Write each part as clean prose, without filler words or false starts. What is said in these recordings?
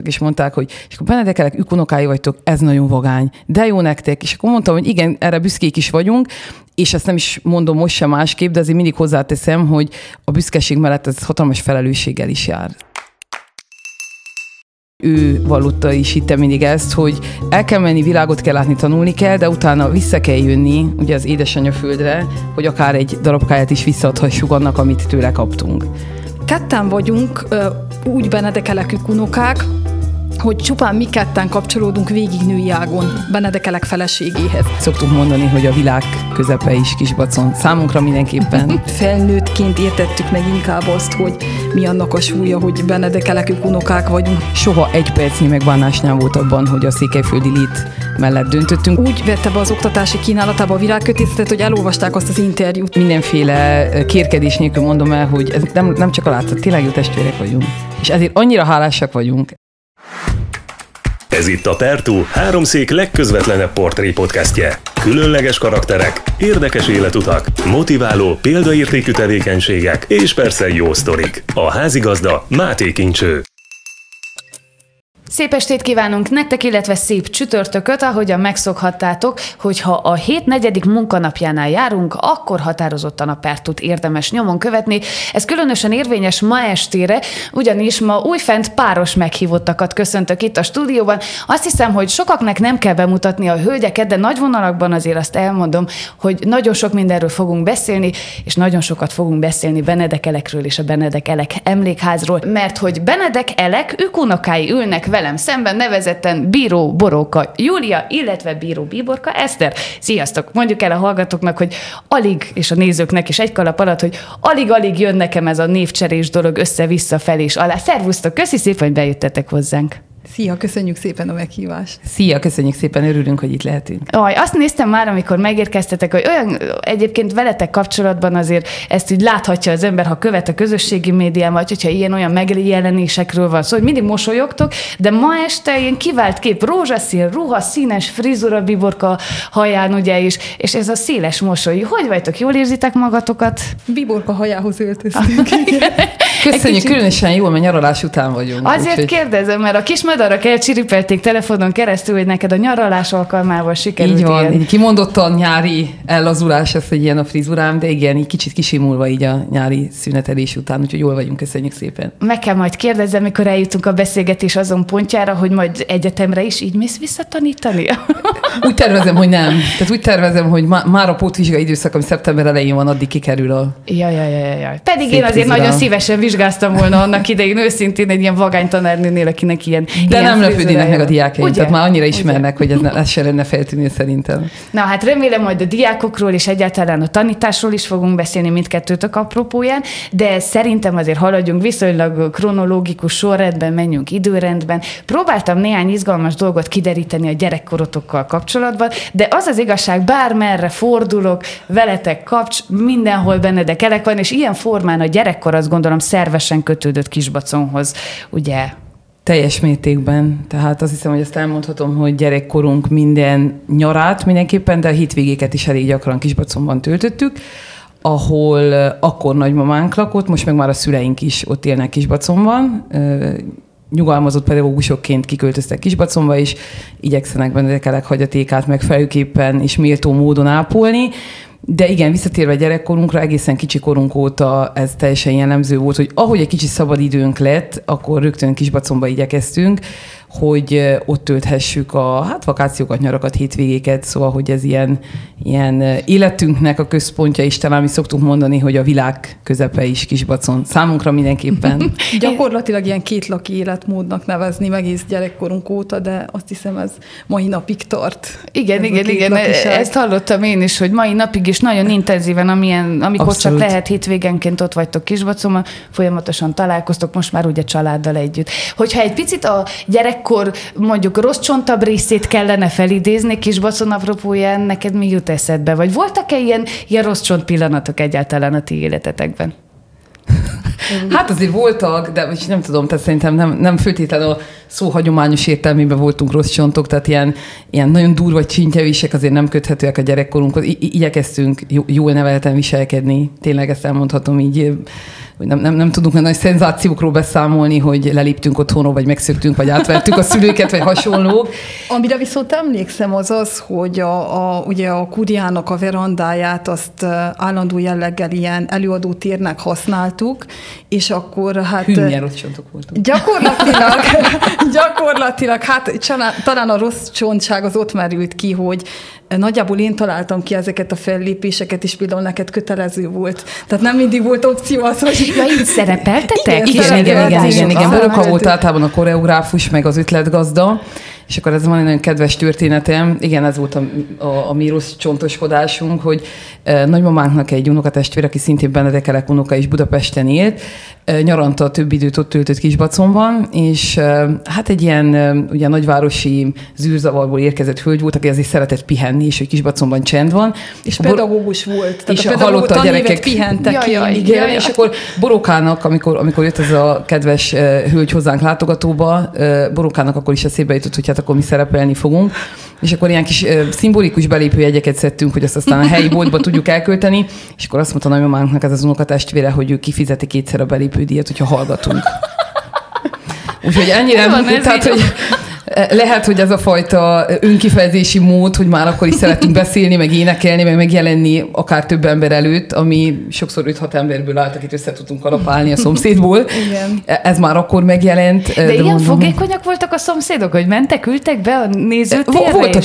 és mondták, hogy és akkor Benedekelek, ők unokái vagytok, ez nagyon vagány, de jó nektek. És akkor mondtam, hogy igen, erre büszkék is vagyunk, és ezt nem is mondom most sem másképp, de azért mindig hozzáteszem, hogy a büszkeség mellett ez hatalmas felelősséggel is jár. Ő vallotta is hitte mindig ezt, hogy el kell menni, világot kell látni, tanulni kell, de utána vissza kell jönni ugye az édesanyja földre, hogy akár egy darabkáját is visszaadhassuk annak, amit tőle kaptunk. Ketten vagyunk úgy Benedekelekük unokák, hogy csupán mi ketten kapcsolódunk végig női ágon Benedekelek feleségéhez. Szoktuk mondani, hogy a világ közepe is Kisbacon. Számunkra mindenképpen. Felnőttként értettük meg inkább azt, hogy mi annak a súlya, hogy Benedekelekük unokák vagyunk. Soha egy percnyi megbánás nem volt abban, hogy a székelyföldi lét mellett döntöttünk. Úgy vette be az oktatási kínálatába a világkötészetet, hogy elolvasták azt az interjút. Mindenféle kérkedés nélkül mondom el, hogy ez nem csak a látszat, tényleg jó testvérek vagyunk. És ezért annyira hálásak vagyunk. Ez itt a Pertú háromszék legközvetlenebb portré podcastje. Különleges karakterek, érdekes életutak, motiváló, példaértékű tevékenységek és persze jó sztorik. A házigazda Máté Kincső. Szép estét kívánunk nektek, illetve szép csütörtököt, ahogyan megszokhattátok, hogyha a hét negyedik munkanapjánál járunk, akkor határozottan a Pertút érdemes nyomon követni. Ez különösen érvényes ma estére, ugyanis ma újfent páros meghívottakat köszöntök itt a stúdióban. Azt hiszem, hogy sokaknak nem kell bemutatni a hölgyeket, de nagy vonalakban azért azt elmondom, hogy nagyon sok mindenről fogunk beszélni, és nagyon sokat fogunk beszélni Benedekelekről és a Benedekelek emlékházról, mert hogy Benedekelek, ők unokái ülnek velem szemben, nevezetten Bíró Boróka Júlia, illetve Bíró Bíborka Eszter. Sziasztok! Mondjuk el a hallgatóknak, hogy alig, és a nézőknek is egy kalap alatt, hogy alig-alig jön nekem ez a névcserés dolog össze-vissza felé és alá. Szervusztok! Köszi szépen, hogy bejöttetek hozzánk. Szia, köszönjük szépen a meghívást. Szia, köszönjük szépen, örülünk, hogy itt lehetünk. Azt néztem már, amikor megérkeztetek, hogy olyan egyébként veletek kapcsolatban azért ezt úgy láthatja az ember, ha követ a közösségi médián, vagy hogyha ilyen-olyan megjelenésekről van szó, hogy mindig mosolyogtok, de ma este ilyen kivált kép, rózsaszín, ruha, színes frizura Bíborka haján, ugye is, és ez a széles mosoly. Hogy vagytok? Jól érzitek magatokat? Bíborka hajához öltöztünk. Köszönjük, különösen jól, mert nyaralás után vagyunk. Azért úgy, kérdezem, mert a kis madarak elcsiripelték telefonon keresztül, hogy neked a nyaralás alkalmával sikerült. Így van, ilyen. így kimondottan nyári ellazulás, ez, hogy ilyen a frizurám, de igen, így kicsit kisimulva így a nyári szünetelés után, úgyhogy jól vagyunk, köszönjük szépen. Meg kell majd kérdezzem, mikor eljutunk a beszélgetés azon pontjára, hogy majd egyetemre is így mész visszatanítani? Úgy tervezem, hogy nem. Tehát úgy tervezem, hogy már a pótvizsgai időszak, ami szeptember elején van, addig kikerül a... Jaj. Pedig szép én azért frizura. nagyon szívesen vizsgáztam volna annak idején, őszintén egy ilyen vagány tanárnőnél, akinek ilyen. De ilyen nem lepődnének meg a diákjaim, ugye? tehát már annyira ismernek, hogy ez se lenne feltűnő szerintem. Na hát remélem, majd a diákokról és egyáltalán a tanításról is fogunk beszélni mindkettőtök apropóján, de szerintem azért haladjunk viszonylag kronológikus sorrendben, menjünk időrendben. Próbáltam néhány izgalmas dolgot kideríteni a gyerekkorotokkal kapcsolatban, de az az igazság, bármerre fordulok, veletek mindenhol Benedekelek van, és ilyen formán a gyerekkor azt gondolom szervesen kötődött Kisbaconhoz, ugye? Teljes mértékben. Tehát azt hiszem, hogy ezt elmondhatom, hogy gyerekkorunk minden nyarát mindenképpen, de a hétvégéket is elég gyakran Kisbaconban töltöttük, ahol akkor nagymamánk lakott, most meg már a szüleink is ott élnek Kisbaconban. Nyugalmazott pedagógusokként kiköltöztek Kisbaconba, és igyekszenek Benedekelek hagyatékát megfelelőképpen és méltó módon ápolni. De igen, visszatérve a gyerekkorunkra, egészen kicsi korunk óta ez teljesen jellemző volt, hogy ahogy egy kicsi szabadidőnk lett, akkor rögtön Kisbaconba igyekeztünk, hogy ott tölthessük a vakációkat, nyarakat, hétvégéket, szóval, hogy ez ilyen életünknek a központja is, talán mi szoktunk mondani, hogy a világ közepe is Kisbacon. Számunkra mindenképpen. Gyakorlatilag ilyen kétlaki életmódnak nevezni egész gyerekkorunk óta, de azt hiszem ez mai napig tart. Igen, ezt hallottam én is, hogy mai napig is nagyon intenzíven, amikor Abszolút. csak lehet hétvégenként ott vagytok Kisbaconban, folyamatosan találkoztok, most már ugye családdal együtt. Hogyha egy picit a gyerekkor mondjuk rossz csontabb részét kellene felidézni Kisbacon apropóján, neked mi jut eszedbe? Vagy voltak-e ilyen rossz csont pillanatok egyáltalán a ti életetekben? Hát azért voltak, de nem tudom, tehát szerintem nem föltétlenül a szó hagyományos értelmében voltunk rossz csontok, tehát ilyen nagyon durva csintyevések azért nem köthetőek a gyerekkorunkhoz. Igyekeztünk jól nevelten viselkedni, tényleg ezt elmondhatom így nem tudunk nagy szenzációkról beszámolni, hogy leléptünk otthonról, vagy megszöktünk, vagy átvertük a szülőket, vagy hasonlók. Amire viszont emlékszem az, hogy ugye a Kuriának a verandáját azt állandó jelleggel ilyen előadótérnek használtuk, és akkor hát... Hűmnyelott voltunk. Gyakorlatilag, hát talán a rossz csontság az ott merült ki, hogy nagyjából én találtam ki ezeket a fellépéseket, és például neked kötelező volt. Tehát nem mindig volt opció az, hogy... Ja, így szerepeltetek? Igen. Boroka volt általában a koreográfus, meg az ötletgazda, és akkor ez van egy nagyon kedves történetem. Igen, ez volt a mi rossz csontoskodásunk, hogy nagymamánknak egy unokatestvér, aki szintén Benedekelek unoka is Budapesten élt, nyaranta több időt ott töltött Kisbaconban, és hát egy ilyen ugye nagyvárosi zűrzavarból érkezett hölgy volt, aki azért szeretett pihenni, és hogy Kisbaconban csend van. És pedagógus volt. És hallotta a gyerekek pihentek ki. Igen, és akkor Borokának, amikor jött ez a kedves hölgy hozzánk látogatóba, Borokának akkor is eszébe jutott, hogy hát akkor mi szerepelni fogunk. És akkor ilyen kis szimbolikus belépőjegyeket szedtünk, hogy azt aztán a helyi boltba tudjuk elkölteni, és akkor azt mondta a nagymamánknak ez az unokatestvére, hogy ő kifizeti 2-szer a belépődíjat, hogyha hallgatunk. Úgyhogy ennyire, tehát, hogy lehet, hogy ez a fajta önkifejezési mód, hogy már akkor is szeretünk beszélni, meg énekelni, meg megjelenni akár több ember előtt, ami sokszor 5-6 emberből állt, akit össze tudtunk kalapálni a szomszédból. Igen. Ez már akkor megjelent. De ilyen fogékonyak voltak a szomszédok, hogy mentek, ültek be a nézőtérre? Voltak,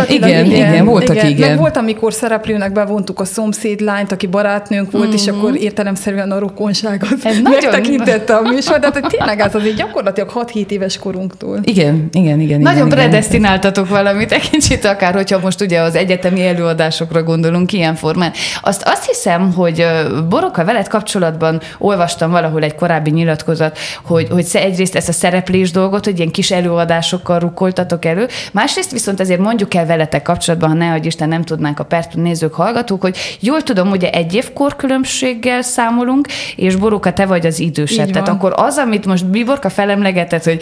igen, voltak. Meg volt, amikor szereplőnek bevontuk a szomszédlányt, aki barátnőnk volt, és akkor értelemszerűen a rokonságot megtekintette a műsor, de tényleg ez azért gyakorlatilag 6-7 éves korunktól. Igen. Nagyon predesztináltatok valamit, egy kicsit akár, hogyha most ugye az egyetemi előadásokra gondolunk ilyen formán. Azt hiszem, hogy Boroka, veled kapcsolatban olvastam valahol egy korábbi nyilatkozat, hogy egyrészt ezt a szereplés dolgot, hogy ilyen kis előadásokkal rukkoltatok elő, másrészt viszont azért mondjuk el veletek kapcsolatban, ha nehogy Isten nem tudnánk a Pertut nézők, hallgatók, hogy jól tudom, ugye 1 év korkülönbséggel számolunk, és Boroka, te vagy az idősebb. Tehát akkor az, amit most Biborka felemlegetett, hogy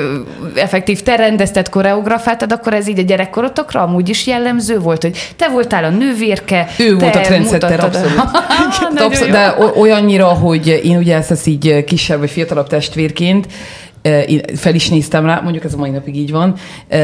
effektív te rendezted, koreografáltad, akkor ez így a gyerekkorotokra amúgy is jellemző volt, hogy te voltál a nővérke. Ő volt a trendsetter, abszolút. De olyannyira, hogy én ugye ezt így kisebb vagy fiatalabb testvérként én fel is néztem rá, mondjuk ez a mai napig így van,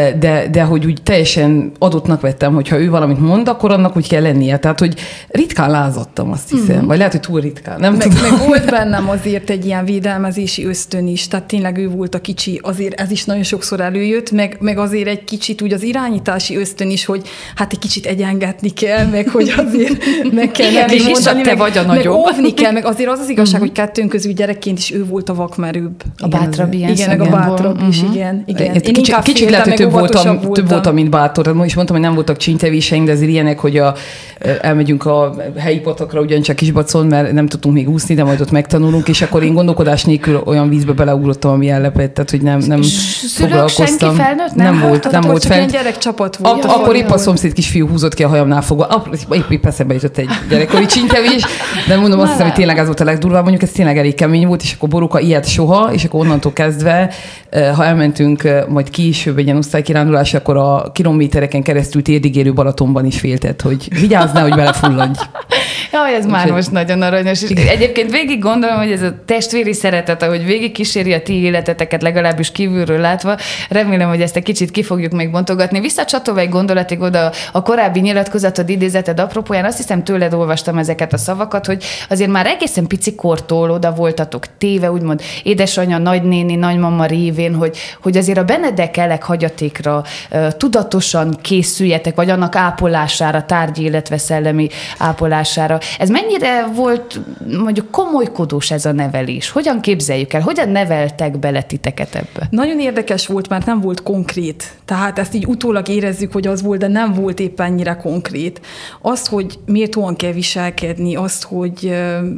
de hogy úgy teljesen adottnak vettem, hogy ha ő valamit mond, akkor annak úgy kell lennie. Tehát, hogy ritkán lázadtam, azt hiszem. Vagy lehet, hogy túl ritkán. Nem tudom. Meg volt bennem azért egy ilyen védelmezési ösztön is, tehát tényleg ő volt a kicsi, azért ez is nagyon sokszor előjött, meg azért egy kicsit úgy az irányítási ösztön is, hogy hát egy kicsit egyengetni kell, meg hogy azért meg kell mondani, te vagy a nagyobb. Meg óvni kell, meg azért az igazság, hogy kettőnk közül gyerekként is ő volt a vakmerőbb. A bátrabb ilyen. Igen, meg a bátrabb is, igen. Kicsit lehet, hogy több voltam, mint bátor. Most is mondtam, hogy nem voltak csínytevéseink, de azért ilyenek, hogy elmegyünk a helyi patakra, ugyancsak Kisbacon, mert nem tudtunk még úszni, de majd ott megtanulunk, és akkor én gondolkodás nélkül olyan vízbe beleugrottam, ami ellepett, tehát hogy nem foglalkoztam. Senki felnőtt? Nem volt fent. Gyerekcsapat volt. Akkor épp a szomszéd kisfiú húzott ki a hajamnál fogva. Épp eszembe jutott egy gyerekkori csínytevés, de mondom, azt hiszem, hogy tényleg ez volt a legdurvább, mondjuk ez tényleg elég kemény volt, és akkor Boroka ilyet soha, és akkor onnantól kezdve, ha elmentünk majd később egy ilyen osztálykirándulásra, akkor a kilométereken keresztül térdigérő Balatonban is féltett, hogy vigyázz, hogy belefulladj. Jaj, ez már most nagyon aranyos. És egyébként végig gondolom, hogy ez a testvéri szeretet, ahogy végig kíséri a ti életeteket, legalábbis kívülről látva, remélem, hogy ezt egy kicsit ki fogjuk még bontogatni. Visszacsatolva egy gondolatig oda a korábbi nyilatkozatod, idézeted apropóján, azt hiszem tőled olvastam ezeket a szavakat, hogy azért már egészen pici kortól oda voltatok téve, úgymond édesanyja, nagynéni, nagymama révén, hogy azért a Benedekelek hagyatékra tudatosan készüljetek, vagy annak ápolására, tárgyi, illetve szellemi ápolására. Ez mennyire volt mondjuk komolykodós ez a nevelés? Hogyan képzeljük el? Hogyan neveltek bele titeket ebbe? Nagyon érdekes volt, mert nem volt konkrét. Tehát ezt így utólag érezzük, hogy az volt, de nem volt éppen ennyire konkrét. Azt, hogy méltóan kell viselkedni, azt, hogy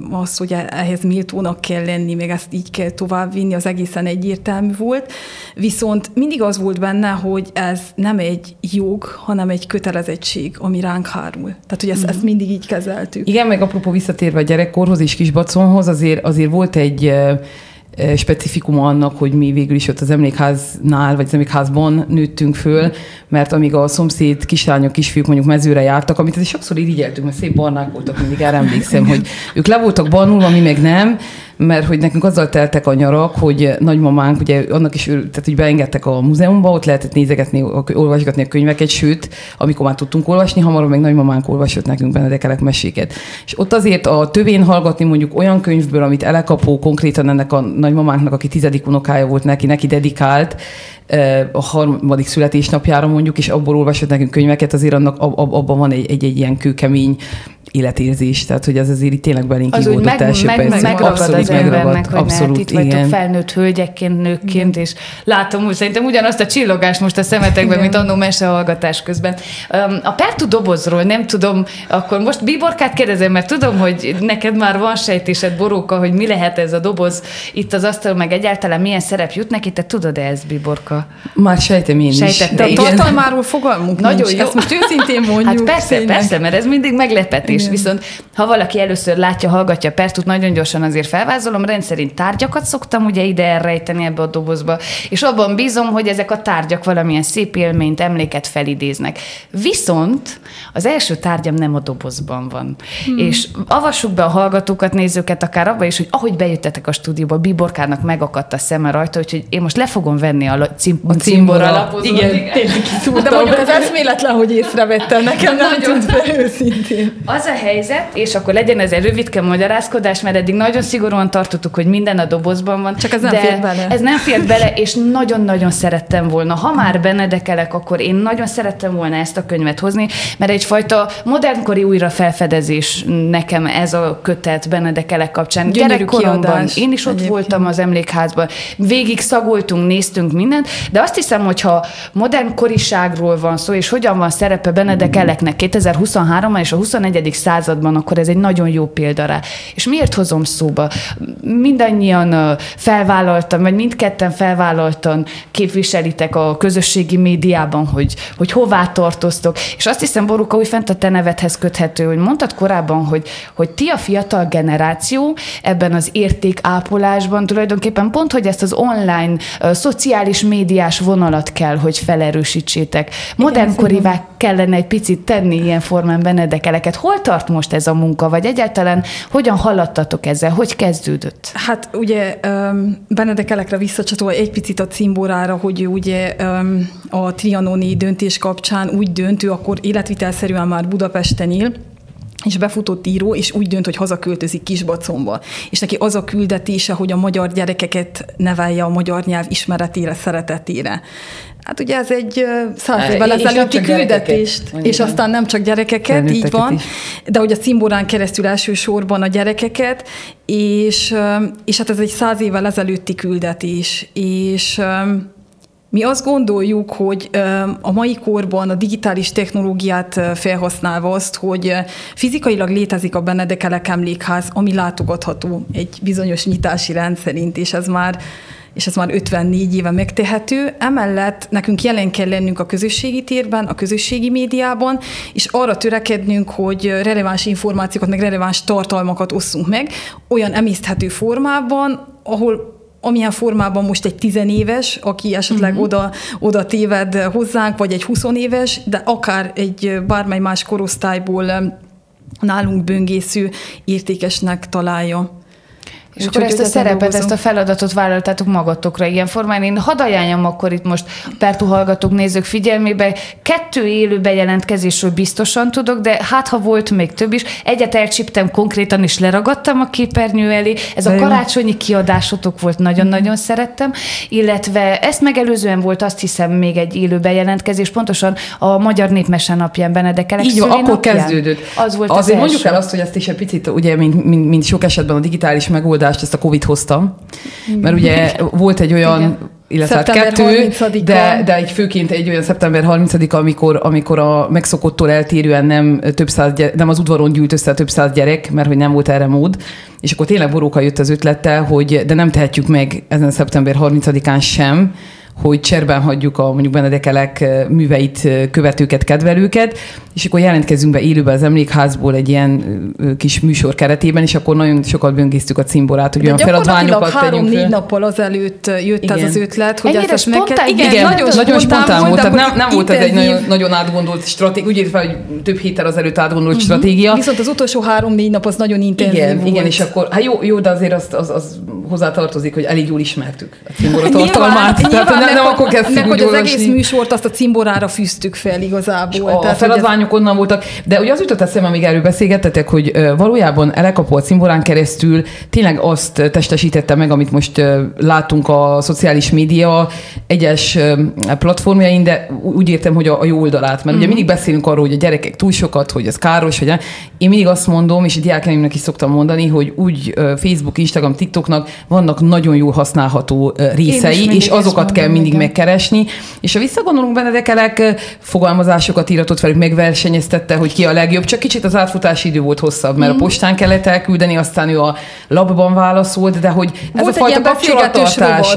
ehhez méltónak kell lenni, meg ezt így kell továbbvinni, az egészen egyértelmű volt. Viszont mindig az volt benne, hogy ez nem egy jog, hanem egy kötelezettség, ami ránk hárul. Tehát, hogy ezt mindig így kezeltük. Igen, meg apropó visszatérve a gyerekkorhoz és Kisbaconhoz, azért volt egy specifikuma annak, hogy mi végül is ott az emlékháznál, vagy az emlékházban nőttünk föl, mert amíg a szomszéd kislányok, kisfiúk mondjuk mezőre jártak, amit azért sokszor irigyeltünk, mert szép barnák voltak, mindig erre emlékszem, hogy ők le voltak barnulva, mi meg nem, mert hogy nekünk azzal teltek a nyarak, hogy nagymamánk, ugye annak is, tehát hogy beengedtek a múzeumba, ott lehetett nézegetni, olvasgatni a könyveket, sőt, amikor már tudtunk olvasni, hamarabb meg nagymamánk olvasott nekünk Benedek Elek meséket. És ott azért a tövén hallgatni mondjuk olyan könyvből, amit Elekapó konkrétan ennek a nagymamánknak, aki 10. unokája volt neki dedikált, a 3. születésnapjára mondjuk, és abból olvasott nekünk könyveket, azért annak abban van egy ilyen kőkemény életérzés, tehát hogy az azért itt tényleg belénk ivódott első percben. Megragad az embernek, hogy abszolút, itt vagytok felnőtt hölgyekként, nőkként, és látom úgy, szerintem ugyanazt a csillogást most a szemetekben, mint annó mesehallgatás közben. A Perthu dobozról nem tudom, akkor most Bíborkát kérdezem, mert tudom, hogy neked már van sejtésed, Boróka, hogy mi lehet ez a doboz itt az asztal, meg egyáltalán milyen szerep jut neki, te tudod-e ezt, Bíborka? Már sejtem én is. De a tartalmáról fogalmunk nagyon nincs. Jó. Ezt most őszintén mondjuk. Hát persze, mert ez mindig meglepetés. Viszont ha valaki először látja, hallgatja Perthut, nagyon gyorsan azért felvázolom, rendszerint tárgyakat szoktam ugye ide elrejteni ebbe a dobozba, és abban bízom, hogy ezek a tárgyak valamilyen szép élményt, emléket felidéznek. Viszont az első tárgyam nem a dobozban van. És avassuk be a hallgatókat, nézőket akár abba is, hogy ahogy bejöttetek a stúdióba, Bíborkának megakadt a szeme rajta, úgyhogy én most le fogom venni a cimbora lapozót. Igen, tényleg kiszúrtam. De mondjuk az eszméletlen, hogy észrevettem, nekem nem tűnt fel őszintén. Az a helyzet, és akkor legyen ez egy rövidke magyarázkodás, mert eddig nagyon szigorúan tartottuk, hogy minden a dobozban van. Csak ez nem fért bele. Ez nem fért bele, és nagyon-nagyon szerettem volna. Ha már Benedek Elek, akkor én nagyon szerettem volna ezt a könyvet hozni, mert egyfajta modernkori újrafelfedezés nekem ez a kötet Benedek Elek kapcsán. Gyerekkoromban én is ott voltam az emlékházban, végig szagoltunk, néztünk mindent, de azt hiszem, hogyha modernkoriságról van szó, és hogyan van szerepe Benedek Eleknek 2023-ban és a 21. században, akkor ez egy nagyon jó példa rá. És miért hozom szóba? Mindannyian felvállaltan, vagy mindketten felvállaltan képviselitek a közösségi médiában, hogy hová tartoztok. És azt hiszem, Boróka, újfent a te nevedhez köthető, hogy mondtad korábban, hogy ti a fiatal generáció ebben az értékápolásban tulajdonképpen pont, hogy ezt az online, szociális médiás vonalat kell, hogy felerősítsétek. Modernkorivá kellene egy picit tenni ilyen formán Benedek Eleket. Hol tart most ez a munka, vagy egyáltalán hogyan haladtatok ezzel? Hogy kezdődött? Hát ugye Benedek Elekre visszacsatolva egy picit a cimborára, hogy ugye a trianoni döntés kapcsán úgy döntő, akkor életvitelszerűen már Budapesten él, és befutott író, és úgy dönt, hogy hazaköltözik Kisbacomba. És neki az a küldetése, hogy a magyar gyerekeket nevelje a magyar nyelv ismeretére, szeretetére. Hát ugye ez egy 100 évvel ezelőtti küldetést, és aztán nem csak gyerekeket, így van, is. De hogy a cimborán keresztül elsősorban a gyerekeket, és hát ez egy 100 évvel ezelőtti küldetés, és mi azt gondoljuk, hogy a mai korban a digitális technológiát felhasználva azt, hogy fizikailag létezik a Benedek Elek emlékház, ami látogatható egy bizonyos nyitási rend szerint, és ez már 54 éve megtehető. Emellett nekünk jelen kell lennünk a közösségi térben, a közösségi médiában, és arra törekednünk, hogy releváns információkat, meg releváns tartalmakat osszunk meg, olyan emészthető formában, amilyen formában most egy 10 éves, aki esetleg oda téved hozzánk, vagy egy 20 éves, de akár egy bármely más korosztályból nálunk böngésző értékesnek találja. És akkor ezt a szerepet, ezt a feladatot vállaltátok magatokra ilyen formán. Én hadd ajánljam akkor itt most Perthu hallgatók, nézők figyelmébe. 2 élő bejelentkezésről biztosan tudok, de hát ha volt még több is. Egyet elcsíptem konkrétan, és leragadtam a képernyő elé. Ez a karácsonyi kiadásotok volt, nagyon-nagyon szerettem. Illetve ezt megelőzően volt, azt hiszem, még egy élő bejelentkezés, pontosan a Magyar Népmese napján, Benedek Elek így van, akkor kezdődött. Az volt azért mondjuk el azt, hogy ezt is egy picit, ugye, mint sok esetben a digitális megoldás, ezt a Covid hozta, mert ugye volt egy olyan, illetve 2, de egy főként egy olyan szeptember 30-a, amikor a megszokottól eltérően nem az udvaron gyűlt össze több száz gyerek, mert hogy nem volt erre mód, és akkor tényleg Boróka jött az ötlettel, hogy de nem tehetjük meg ezen szeptember 30-án sem, hogy cserben hagyjuk a mondjuk Benedekelek műveit, követőket, kedvelőket, és akkor jelentkezünk be élőben az Emlékházból egy ilyen kis műsor keretében, és akkor nagyon sokat böngésztük a cimborát, hogy olyan feladványokat tegyünk fel. 3-4 nappal azelőtt jött igen. ez az ötlet, hogy ennyire ezt meg kell. Igen, nagyon spontán volt, tehát nem volt ez egy nagyon, nagyon átgondolt stratégia, úgy értve, hogy több héttel azelőtt átgondolt stratégia. Viszont az utolsó 3-4 nap az nagyon intenzív volt. Igen, és akkor, hát jó, de azért az hozzátartozik, hogy elég jól ismertük a cimbora tartalmát. Nem akkor kezdtük hogy az egész műsort azt a cimborára fűztük fel igazából. A feladványok onnan voltak, de ugye az jutott eszembe, amíg erről beszélgettetek, hogy valójában Elekapu a cimborán keresztül tényleg azt testesítette meg, amit most látunk a szociális média egyes platformjain, de úgy értem, hogy a jó oldalát. Mert ugye mindig beszélünk arról, hogy a gyerekek túl sokat, hogy ez káros, vagy nem. Én mindig azt mondom, és a diákjaimnak is szoktam mondani, hogy úgy Facebook, Instagram, TikToknak vannak nagyon jól használható részei, és azokat kell mindig megkeresni. És ha visszagondolunk, Benedekelek fogalmazásokat íratott velük, megversenyeztette, hogy ki a legjobb, csak kicsit az átfutási idő volt hosszabb, mert a postán kellett elküldeni, aztán ő a labban válaszolt, de hogy ez volt a fajta kapcsolattartás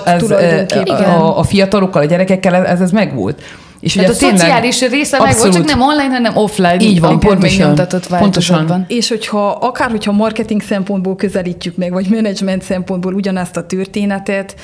a fiatalokkal, a gyerekekkel, ez megvolt. És tehát a szociális része meg volt, csak nem online, hanem offline. Így van, pontosan. És hogyha marketing szempontból közelítjük meg, vagy menedzsment szempontból ugyanezt a történetet,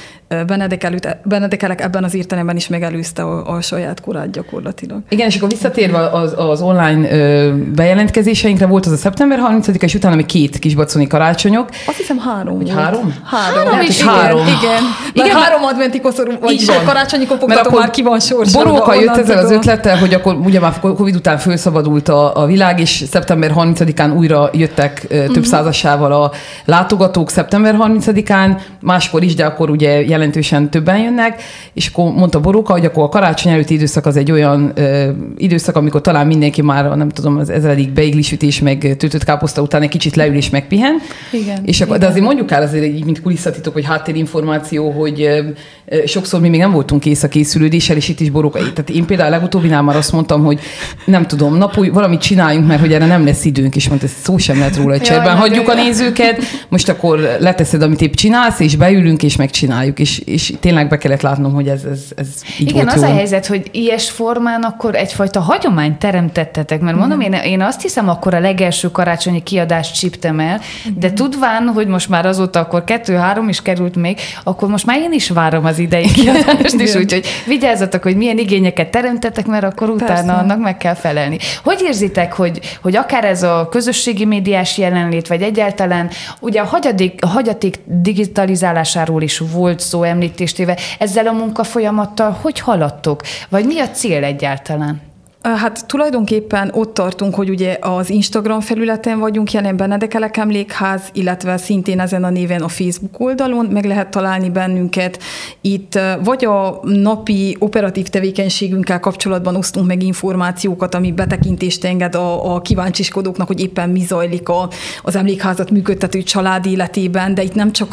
Benedekelek ebben az értelemben is megelőzte a saját korát gyakorlatilag. Igen, és akkor visszatérve az online bejelentkezéseinkre volt az a szeptember 30-a, és utána még 2 kisbaconi karácsonyok. Azt hiszem 3 volt. 3? 3 is, 3. Igen, 3 adventi koszorú, vagy karácsonyi kopogtató már ki van sorsolva. Boróka jött ezzel az ötlettel, hogy akkor ugye már Covid után felszabadult a világ, és szeptember 30-án újra jöttek több százasával a látogatók szeptember 30-án, máskor is, de akkor ugye jelentősen többen jönnek, és akkor mondta Boróka, hogy akkor a karácsony előtti időszak az egy olyan időszak, amikor talán mindenki már, nem tudom, az ezredik beiglisütés meg töltött káposzta után egy kicsit leül és megpihen. Igen, és akkor, de azért mondjuk el azért így, mint kulisszatitok, vagy háttérinformáció, hogy sokszor mi még nem voltunk kész a készülődéssel, és itt is Boróka. Tehát én például a legutóbbinál már azt mondtam, hogy nem tudom, napúj valamit csináljunk, mert hogy erre nem lesz időnk, és mondta, szó sem lehet róla, hogy cserben hagyjuk a nézőket, most akkor leteszed, amit épp csinálsz, és beülünk, és megcsináljuk, és tényleg be kellett látnom, hogy ez így igen, volt az jól. a helyzet, hogy ilyes formán akkor egyfajta hagyományt teremtettetek, mert mondom, én azt hiszem, akkor a legelső karácsonyi kiadást csíptem el, de tudván, hogy most már azóta akkor 2-3 is került még, akkor most már én is várom az idei kiadást is, úgyhogy vigyázzatok, hogy milyen igényeket teremtettek, mert akkor utána annak meg kell felelni. Hogy érzitek, hogy akár ez a közösségi médiás jelenlét, vagy egyáltalán ugye a hagyaték digitalizálásáról is volt szó említéstéve, ezzel a munkafolyamattal hogy haladtok? Vagy mi a cél egyáltalán? Hát tulajdonképpen ott tartunk, hogy ugye az Instagram felületen vagyunk jelen, Benedekelek Emlékház, illetve szintén ezen a néven a Facebook oldalon meg lehet találni bennünket. Itt vagy a napi operatív tevékenységünkkel kapcsolatban osztunk meg információkat, ami betekintést enged a kíváncsiskodóknak, hogy éppen mi zajlik az emlékházat működtető család életében, de itt nem csak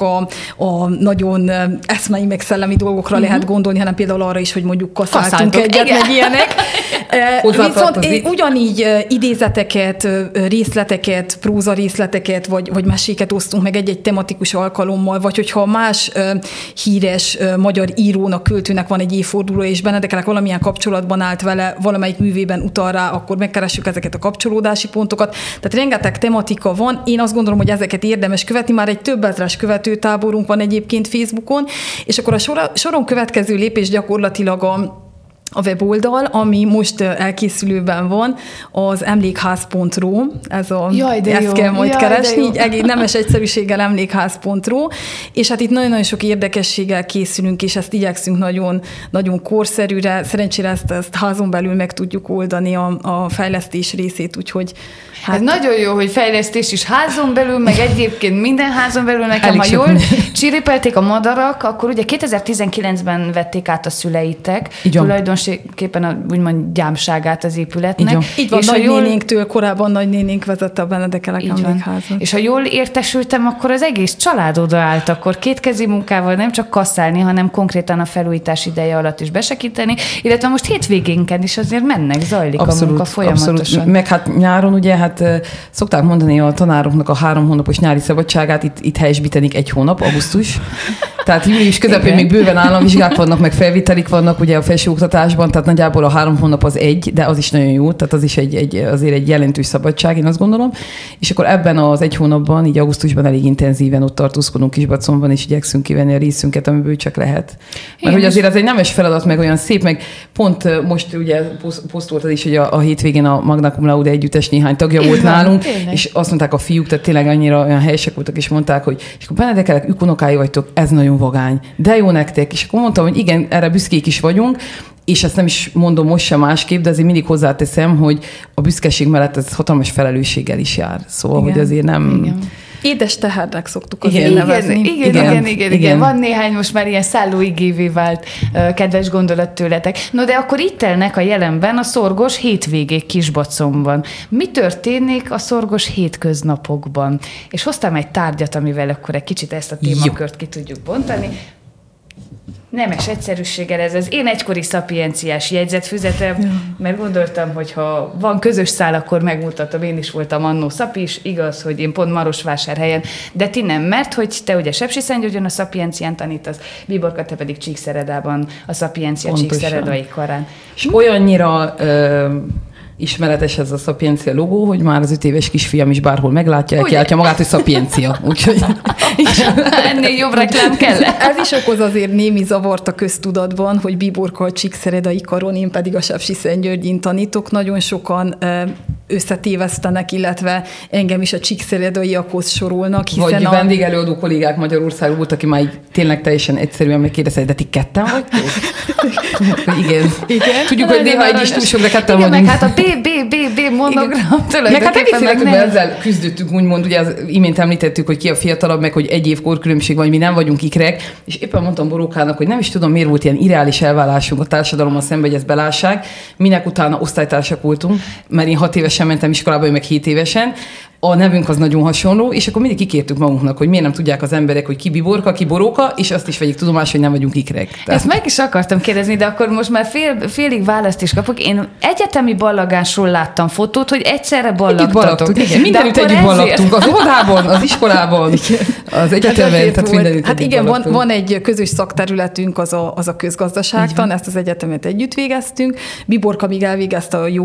a nagyon eszmei meg szellemi dolgokra lehet gondolni, hanem például arra is, hogy mondjuk kaszáltunk egyet, meg ilyenek. Viszont ugyanígy idézeteket, részleteket, próza részleteket, vagy meséket osztunk meg egy-egy tematikus alkalommal, vagy hogyha más híres magyar írónak, költőnek van egy évforduló, és Benedekelek valamilyen kapcsolatban állt vele, valamelyik művében utal rá, akkor megkeressük ezeket a kapcsolódási pontokat. Tehát rengeteg tematika van. Én azt gondolom, hogy ezeket érdemes követni. Már egy több ezres követőtáborunk van egyébként Facebookon, és akkor a soron következő lépés gyakorlatilag a weboldal, ami most elkészülőben van, az emlékház.ro, ezt kell majd keresni, így nemes egyszerűséggel emlékház.ro, és hát itt nagyon-nagyon sok érdekességgel készülünk, és ezt igyekszünk nagyon, nagyon korszerűre, szerencsére ezt házon belül meg tudjuk oldani a fejlesztés részét, úgyhogy hát nagyon jó, hogy fejlesztés is házon belül, meg egyébként minden házon belül nekem, ha jól csiripelték a madarak, akkor ugye 2019-ben vették át a szüleitek, tulajdonképpen úgymond gyámságát az épületnek. Így van, nagynénénktől korábban nagynénénk vezette a Benedekelek Emlékházat. És ha jól értesültem, akkor az egész család odaállt, akkor kétkezi munkával nem csak kasszálni, hanem konkrétan a felújítás ideje alatt is besegíteni, illetve most hétvégénken is azért zajlik a munka folyamatosan. Abszolút. Meg hát nyáron ugye, szokták mondani a tanároknak a 3 hónapos nyári szabadságát, itt helyesbítenik 1 hónap, augusztus. Tehát július közepén még bőven államvizsgák vannak, meg felvitelik vannak ugye a felsőoktatásban, tehát nagyjából a 3 hónap az egy, de az is nagyon jó, tehát az is azért egy jelentős szabadság, én azt gondolom. És akkor ebben az 1 hónapban, így augusztusban elég intenzíven ott tartózkodunk Kisbaconban, és igyekszünk kivenni a részünket, amiből csak lehet. Mert hogy azért ez egy nemes feladat, meg olyan szép, meg pont most ugye posztoltad is, hogy a hétvégén a Magna Cum Laude együttes néhány tagja volt nálunk, és azt mondták a fiúk, tehát tényleg annyira olyan helyesek voltak, és mondták, hogy és akkor Benedekelek, ők unokái vagytok, ez nagyon vagány, de jó nektek. És akkor mondtam, hogy igen, erre büszkék is vagyunk, és ezt nem is mondom most sem másképp, de azért mindig hozzáteszem, hogy a büszkeség mellett ez hatalmas felelősséggel is jár. Szóval, igen, hogy azért nem... Igen. Édes tehernek szoktuk azért nevezni. Igen. Van néhány most már ilyen szállóigévé vált kedves gondolat tőletek. No, de akkor itt telnek a jelenben a szorgos hétvégék Kisbaconban. Mi történik a szorgos hétköznapokban? És hoztam egy tárgyat, amivel akkor egy kicsit ezt a témakört ki tudjuk bontani. Nemes egyszerűséggel ez az én egykori szapienciás jegyzetfüzetem, mert gondoltam, hogy ha van közös szál, akkor megmutatom, én is voltam annó szapis, igaz, hogy én pont Marosvásárhelyen, de ti nem, mert hogy te ugye Sepsiszentgyörgyön a szapiencián tanítasz, Bíborka, te pedig Csíkszeredában a szapiencia Csíkszeredai karán. És olyannyira ismeretes ez a szapiencia logó, hogy már az 5 éves kisfiam is bárhol meglátja, kiáltja magát, hogy szapiencia. Úgyhogy... Ennél jobb reklám kell. Ez is okoz azért némi zavart a köztudatban, hogy Bíborka a Csíkszeredai karon, én pedig a Sepsiszentgyörgyén tanítok. Nagyon sokan összetévesztenek, illetve engem is a Csíkszeredaiakhoz sorolnak. Vagy vendégelőadó kollégák Magyarországon volt, aki már így tényleg teljesen egyszerűen megkérdezte, de ti ketten vagytok? Igen. Tudjuk, hogy néha egy is túl sok, de ketten vagyunk. Meg hát a BBBB monogram tulajdonképpen. Meg hát ezzel küzdöttünk, úgymond, ugye az imént említettük, hogy ki a fiatalabb, meg hogy 1 év korkülönbség van, mi nem vagyunk ikrek, és éppen mondtam Borókának, hogy nem is tudom, miért volt ilyen irreális elválásunk a társadalommal szemben, hogy ezt belássák. Minek utána osztálytársak voltunk, mert én 6 évesen mentem iskolába, ő meg 7 évesen. A nevünk az nagyon hasonló, és akkor mindig kikértük magunknak, hogy miért nem tudják az emberek, hogy ki Bíborka, ki Boróka, és azt is vegyük tudomásul, hogy nem vagyunk ikrek. Ezt meg is akartam kérdezni, de akkor most már félig választ is kapok. Én egyetemi ballagásról láttam fotót, hogy egyszerre ballagtatok. Igen, mindenütt együtt ballagtunk. Az óvodában, az iskolában, az egyetemen, tehát mindenütt. Hát igen, van egy közös szakterületünk, az a közgazdaságtan, ezt az egyetemet együtt végeztünk. Bíborka még elvégezte a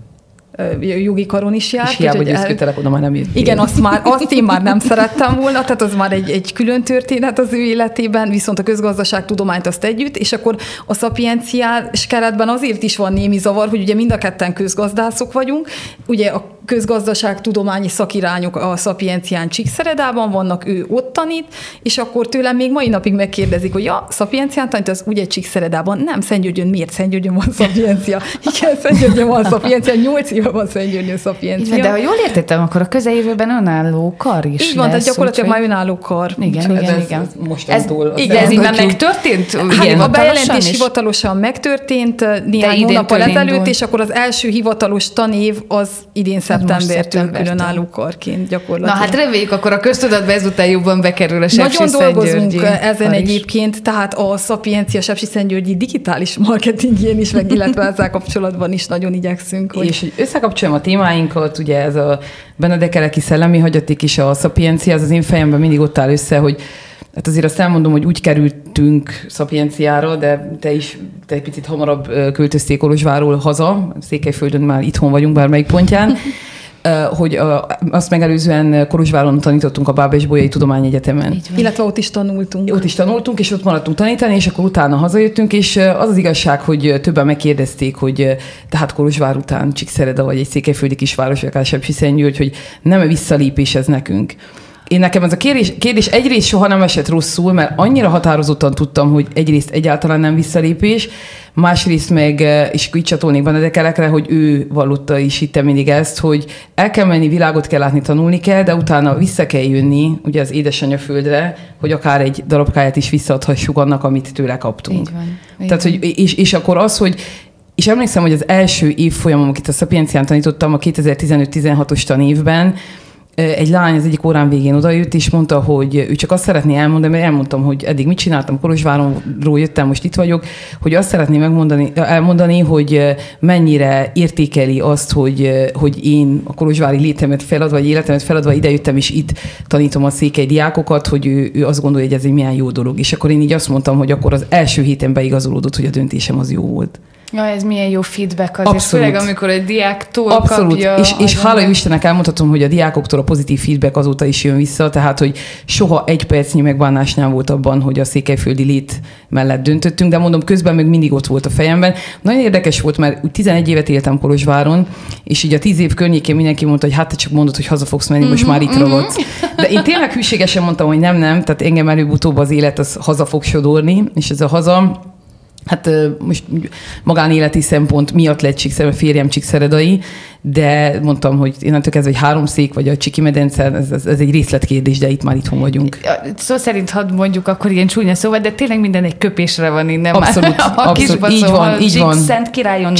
jogi karon is járt. És hiába győzködtelek, oda már nem jött. Igen, azt én már nem szerettem volna, tehát az már egy külön történet az ő életében, viszont a közgazdaságtudományt azt együtt, és akkor a szapienciás keretben azért is van némi zavar, hogy ugye mind a ketten közgazdászok vagyunk, ugye a közgazdaságtudományi szakirányok a szapiencián Csíkszeredában vannak, ő ott tanít, és akkor tőlem még mai napig megkérdezik, hogy a szapiencián tanít, az ugye Csíkszeredában, nem Szentgyörgyön, miért Szentgyörgyön van szapiencia? Igen, Szentgyörgyön van szapiencia, 8 éve van Szentgyörgyön szapiencia. De ha jól értettem, akkor a közeljövőben önálló kar is így van, tehát gyakorlatilag már önálló kar. Igen. Mostantól. Ez így már megtörtént? Igen, a bejelentés hivatalosan megtörtént néhány hónappal ezelőtt, és akkor az első hivatalos tanév az idén szeptembertől különálló karként gyakorlatilag. Na hát reméljük, akkor a köztudatba ezután jobban bekerül a Sepsiszentgyörgyi. Nagyon dolgozunk ezen egyébként, tehát a szapiencia Sepsiszentgyörgyi digitális marketingjén is, meg illetve ezzel kapcsolatban is nagyon igyekszünk. És hogy összekapcsolom a témáinkat, ugye ez a Benedekeleki szellemi hagyaték és a szapiencia, az én fejemben mindig ott áll össze, hogy hát azért azt elmondom, hogy úgy kerültünk szapienciára, de te egy picit hamarabb költöztél Kolozsvárról haza, Székelyföldön már itthon vagyunk bármelyik pontján, hogy azt megelőzően Kolozsváron tanítottunk a Bábes-Bolyai Tudományegyetemen. Illetve ott is tanultunk. Ott is tanultunk, és ott maradtunk tanítani, és akkor utána hazajöttünk, és az az igazság, hogy többen megkérdezték, hogy tehát Kolozsvár után Csíkszereda, vagy egy székelyföldi kisváros, vagy akár Sepsiszentgyörgy, hogy nem-e visszalépés ez nekünk. Nekem ez a kérdés egyrészt soha nem esett rosszul, mert annyira határozottan tudtam, hogy egyrészt egyáltalán nem visszalépés, másrészt meg, és így csatolnék Benedekelekre, hogy ő vallotta is hittem mindig ezt, hogy el kell menni, világot kell látni, tanulni kell, de utána vissza kell jönni ugye az édesanyaföldre, hogy akár egy darabkáját is visszaadhassuk annak, amit tőle kaptunk. Így van. Tehát, hogy, és akkor az, hogy és emlékszem, hogy az első évfolyamom, akit a szapiencián tanítottam, a 2015-16-os tanévben, egy lány az egyik órán végén odajött, és mondta, hogy ő csak azt szeretné elmondani, mert elmondtam, hogy eddig mit csináltam, Kolozsvárról jöttem, most itt vagyok, hogy azt szeretné elmondani, hogy mennyire értékeli azt, hogy én a kolozsvári létemet feladva, vagy életemet feladva idejöttem, és itt tanítom a székely diákokat, hogy ő azt gondolja, hogy ez egy milyen jó dolog. És akkor én így azt mondtam, hogy akkor az első héten beigazolódott, hogy a döntésem az jó volt. Ja, ez milyen jó feedback azért, Abszolút. főleg amikor egy diáktól Abszolút. kapja. És hála jó Istennek elmondhatom, hogy a diákoktól a pozitív feedback azóta is jön vissza, tehát, hogy soha egy percnyi megbánás nem volt abban, hogy a székelyföldi lét mellett döntöttünk, de mondom, közben még mindig ott volt a fejemben. Nagyon érdekes volt, mert 11 évet éltem Kolozsváron, és így a 10 év környékén mindenki mondta, hogy hát te csak mondod, hogy haza fogsz menni, most már itt ragadsz. De én tényleg hűségesen mondtam, hogy nem, tehát engem előbb-utóbb az élet az haza fog sodorni, és ez a haza, hát most magánéleti szempont miatt lett Csíkszereda, férjem csíkszeredai, de mondtam, hogy innentől kezdve egy háromszék, vagy a Csiki medence, ez egy részletkérdés, de itt már itthon vagyunk. Szó szerint hadd mondjuk akkor ilyen csúnya szóval, de tényleg minden egy köpésre van innen. Abszolút, abszolút. Így van. Csíkszentkirályon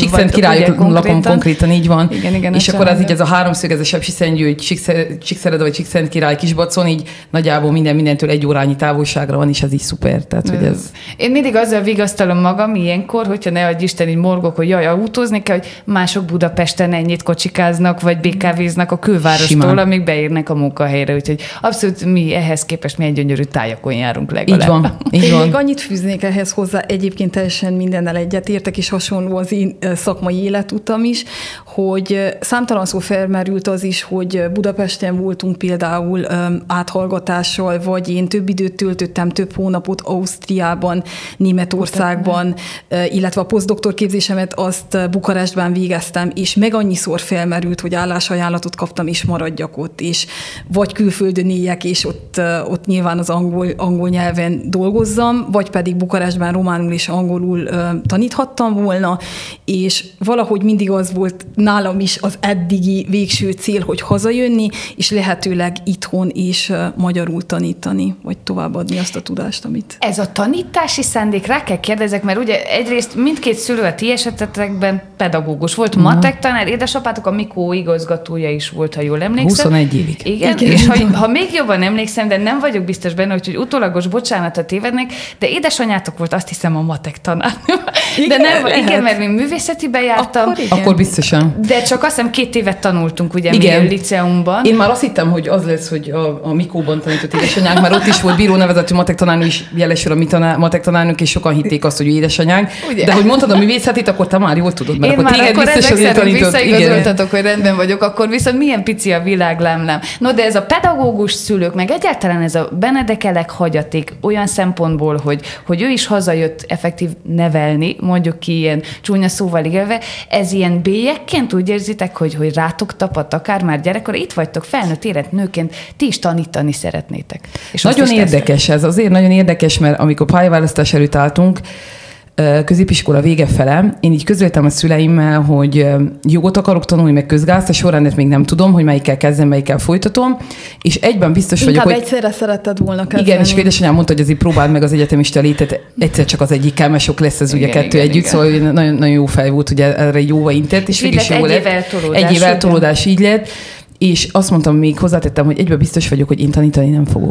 lakom konkrétan, így van. Igen, és akkor ez így ez a háromszög, ez a Sepsiszentgyörgy, Csíkszereda vagy Csíkszentkirály, Kisbacon, így nagyjából mindentől egy órányi távolságra van, és ez így szuper. Tehát, hogy ez... Én mindig azzal vigasztalom magam ilyenkor, hogyha ne adj Isten, így morgok, hogy jaj, autózni kell, hogy mások Budapesten ennyit kocsikáznak, vagy BKV-znak a külvárostól, amíg beérnek a munkahelyre. Úgyhogy abszolút mi ehhez képest milyen gyönyörű tájakon járunk legalább. Így van. Én még annyit fűznék ehhez hozzá, egyébként teljesen mindennel egyetértek, és hasonló az én szakmai életutam is, hogy számtalan szó felmerült az is, hogy Budapesten voltunk például áthallgatással, vagy én több időt töltöttem, több hónapot Ausztriában, Németországban, illetve a posztdoktor képzésemet azt Bukarestben végeztem, és meg annyiszor felmerült, hogy állásajánlatot kaptam, és maradjak ott, és vagy külföldön éljek, és ott nyilván az angol nyelven dolgozzam, vagy pedig Bukarestben románul és angolul taníthattam volna, és valahogy mindig az volt nálam is az eddigi végső cél, hogy hazajönni, és lehetőleg itthon is magyarul tanítani, vagy továbbadni azt a tudást, amit... Ez a tanítási szándék, rá kell kérdezek, mert ugye egyrészt mindkét szülő a ti esetetekben pedagógus volt, matek tanár, édesapátok a Mikó igazgatója is volt, ha jól emlékszem. 21 évig. Igen, és ha még jobban emlékszem, de nem vagyok biztos benne, hogy utólagos bocsánatot tévednék, de édesanyátok volt, azt hiszem, a matek tanár. De nem, igen, mert mi művészetibe jártam. Akkor biztosan. De csak azt hiszem 2 évet tanultunk, ugye, mi a liceumban. Én már azt hittem, hogy az lesz, hogy a Mikóban tanított édesanyánk, mert ott is volt bíró nevezetű matek tanárnő is, jelesül a mi matek tanárnők, és sokan hitték azt, hogy ő édesanyánk. Ugye? De hogy mondtad a művészetit, akkor te már jól tudod, mert én akkor téged biztos azért tanított. Visszaigazoltatok, hogy rendben vagyok, akkor viszont milyen pici a világ, nem. No, de ez a pedagógus szülők, meg egyáltalán ez a Benedekelek hagyaték olyan szempontból, hogy ő is hazajött effektív nevelni, mondjuk ki ilyen csúnya szóval élve, ez ilyen bélyekként úgy érzitek, hogy rátok tapadt akár már gyerekkor, itt vagytok felnőtt érett nőként, ti is tanítani szeretnétek. És nagyon érdekes ez, azért nagyon érdekes, mert amikor pályaválasztás előtt álltunk, középiskola vége fele, én így közöltem a szüleimmel, hogy jogot akarok tanulni, meg közgázt, a sorrendet még nem tudom, hogy melyikkel kezdem, melyikkel folytatom, és egyben biztos vagyok, hogy... egyszerre szeretted volna kezdeni. Igen, és édesanyám mondta, hogy azért próbáld meg az egyetemista létet, egyszer csak az egyikkel, mert sok lesz ez ugye kettő együtt, szóval nagyon, nagyon jó fej volt, ugye erre jóva intett, és végig jó lett. Egy év eltolódás így lett, és azt mondtam, még hozzátettem, hogy egyben biztos vagyok, hogy én tanítani nem fogok.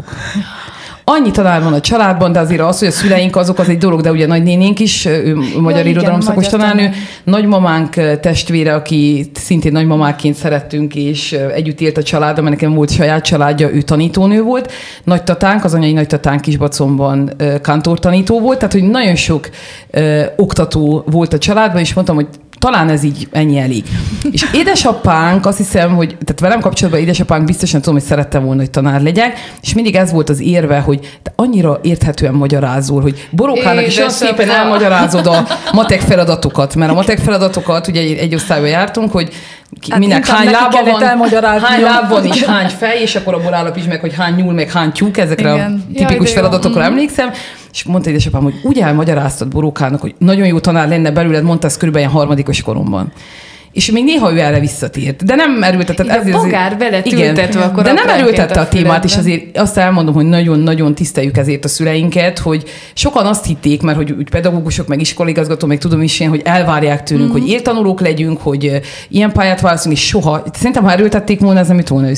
Annyi tanár van a családban, de azért az, hogy a szüleink azok, az egy dolog, de ugye nagynénénk is, ő magyar irodalom szakos tanárnő, nagymamánk testvére, aki szintén nagymamáként szerettünk, és együtt élt a család, mert nekem volt saját családja, ő tanítónő volt. Nagytatánk, az anyai nagytatánk Kisbaconban kántortanító volt, tehát hogy nagyon sok oktató volt a családban, és mondtam, hogy talán ez így ennyi elég. És édesapánk, azt hiszem, hogy, tehát velem kapcsolatban édesapánk biztosan tudom, hogy szerettem volna, hogy tanár legyek, és mindig ez volt az érve, hogy te annyira érthetően magyarázol, hogy Borókának is olyan szépen elmagyarázod a matek feladatokat, mert a matek feladatokat, ugye egy osztályban jártunk, hogy minek hány lába van, hány láb van és hány fej, és akkor abból áll a meg, hogy hány nyúl, meg hány tyúk, ezekre a tipikus feladatokra emlékszem. És mondta édesapám, hogy úgy elmagyaráztad Borókának, hogy nagyon jó tanár lenne belőled, mondta ezt körülbelül ilyen 3. koromban. És még néha ő erre visszatért. De nem erőltetett. Ez bogár beletültetve akkor. De nem erőltette a témát, és azért azt elmondom, hogy nagyon-nagyon tiszteljük ezért a szüleinket, hogy sokan azt hitték, mert hogy úgy pedagógusok, meg iskolaigazgató, meg tudom is én, hogy elvárják tőlünk, hogy éltanulók legyünk, hogy ilyen pályát választunk, és soha. Szerintem, ha erőltették volna, ez nem jut volna össze.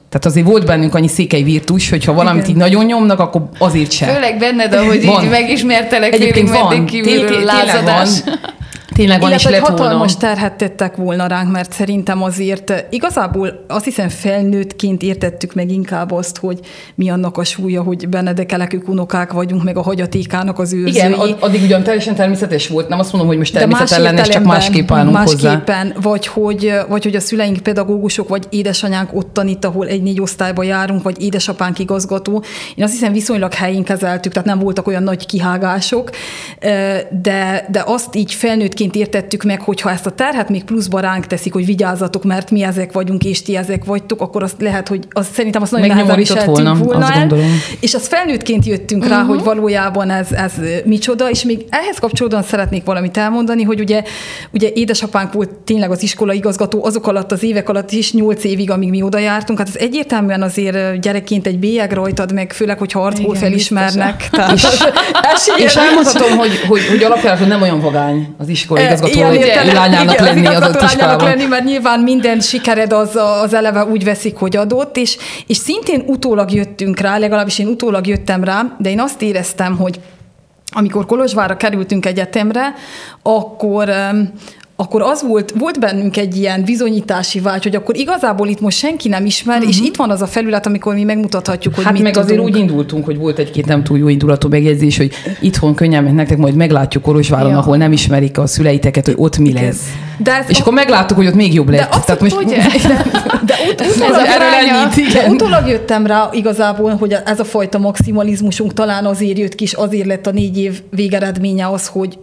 Tehát azért volt bennünk annyi székely virtus, hogyha valamit Igen. így nagyon nyomnak, akkor azért sem. Főleg benned, ahogy így megismertelek, Egyébként félig meddig van. kívülről lázadás. Tényleg van, és illetve lett volna. hatalmas terhet tettek volna ránk, mert szerintem azért igazából azt hiszem felnőttként értettük meg inkább azt, hogy mi annak a súlya, hogy Benedek-Elekük unokák vagyunk, meg a hagyatékának az őrzői. Igen, addig ugyan teljesen természetes volt. Nem azt mondom, hogy most természetellenes, csak másképp állunk hozzá. Másképpen, vagy hogy a szüleink pedagógusok, vagy édesanyánk ottan itt, ahol 1-4 osztályba járunk, vagy édesapánk igazgató. Én azt hiszem viszonylag helyén kezeltük, tehát nem voltak olyan nagy kihágások, de azt így felnőttként értettük meg, hogy ha ezt a terhet még pluszba ránk teszik, hogy vigyázzatok, mert mi ezek vagyunk, és ti ezek vagytok, akkor azt lehet, hogy szerintem azt nagyon nehezen viseltünk volna el. És azt felnőttként jöttünk rá, hogy valójában ez micsoda, és még ehhez kapcsolódóan szeretnék valamit elmondani, hogy ugye édesapánk volt tényleg az iskola igazgató azok alatt az évek alatt is, 8 évig, amíg mi oda jártunk. Hát ez egyértelműen azért gyerekként egy bélyeg rajtad meg, főleg, hogyha arcból felismernek. És elmondhatom, hogy alapjáraton nem olyan vagány az iskola igazgató lányának lenni az ott iskolában. Mert nyilván minden sikered az eleve úgy veszik, hogy adott, és szintén utólag jöttünk rá, legalábbis én utólag jöttem rá, de én azt éreztem, hogy amikor Kolozsvárra kerültünk egyetemre, akkor az volt bennünk egy ilyen bizonyítási vágy, hogy akkor igazából itt most senki nem ismer, és itt van az a felület, amikor mi megmutathatjuk, hogy mit meg tudunk. azért úgy indultunk, hogy volt egy-két nem túl jó indulatú megjegyzés, hogy itthon könnyen megy nektek, majd meglátjuk Kolozsváron, ahol nem ismerik a szüleiteket, hogy ott mi lesz. És akkor megláttuk, hogy ott még jobb lett. Tehát most utólag jöttem rá igazából, hogy ez a fajta maximalizmusunk talán azért jött ki, és azért lett a 4 év végeredménye az, hogy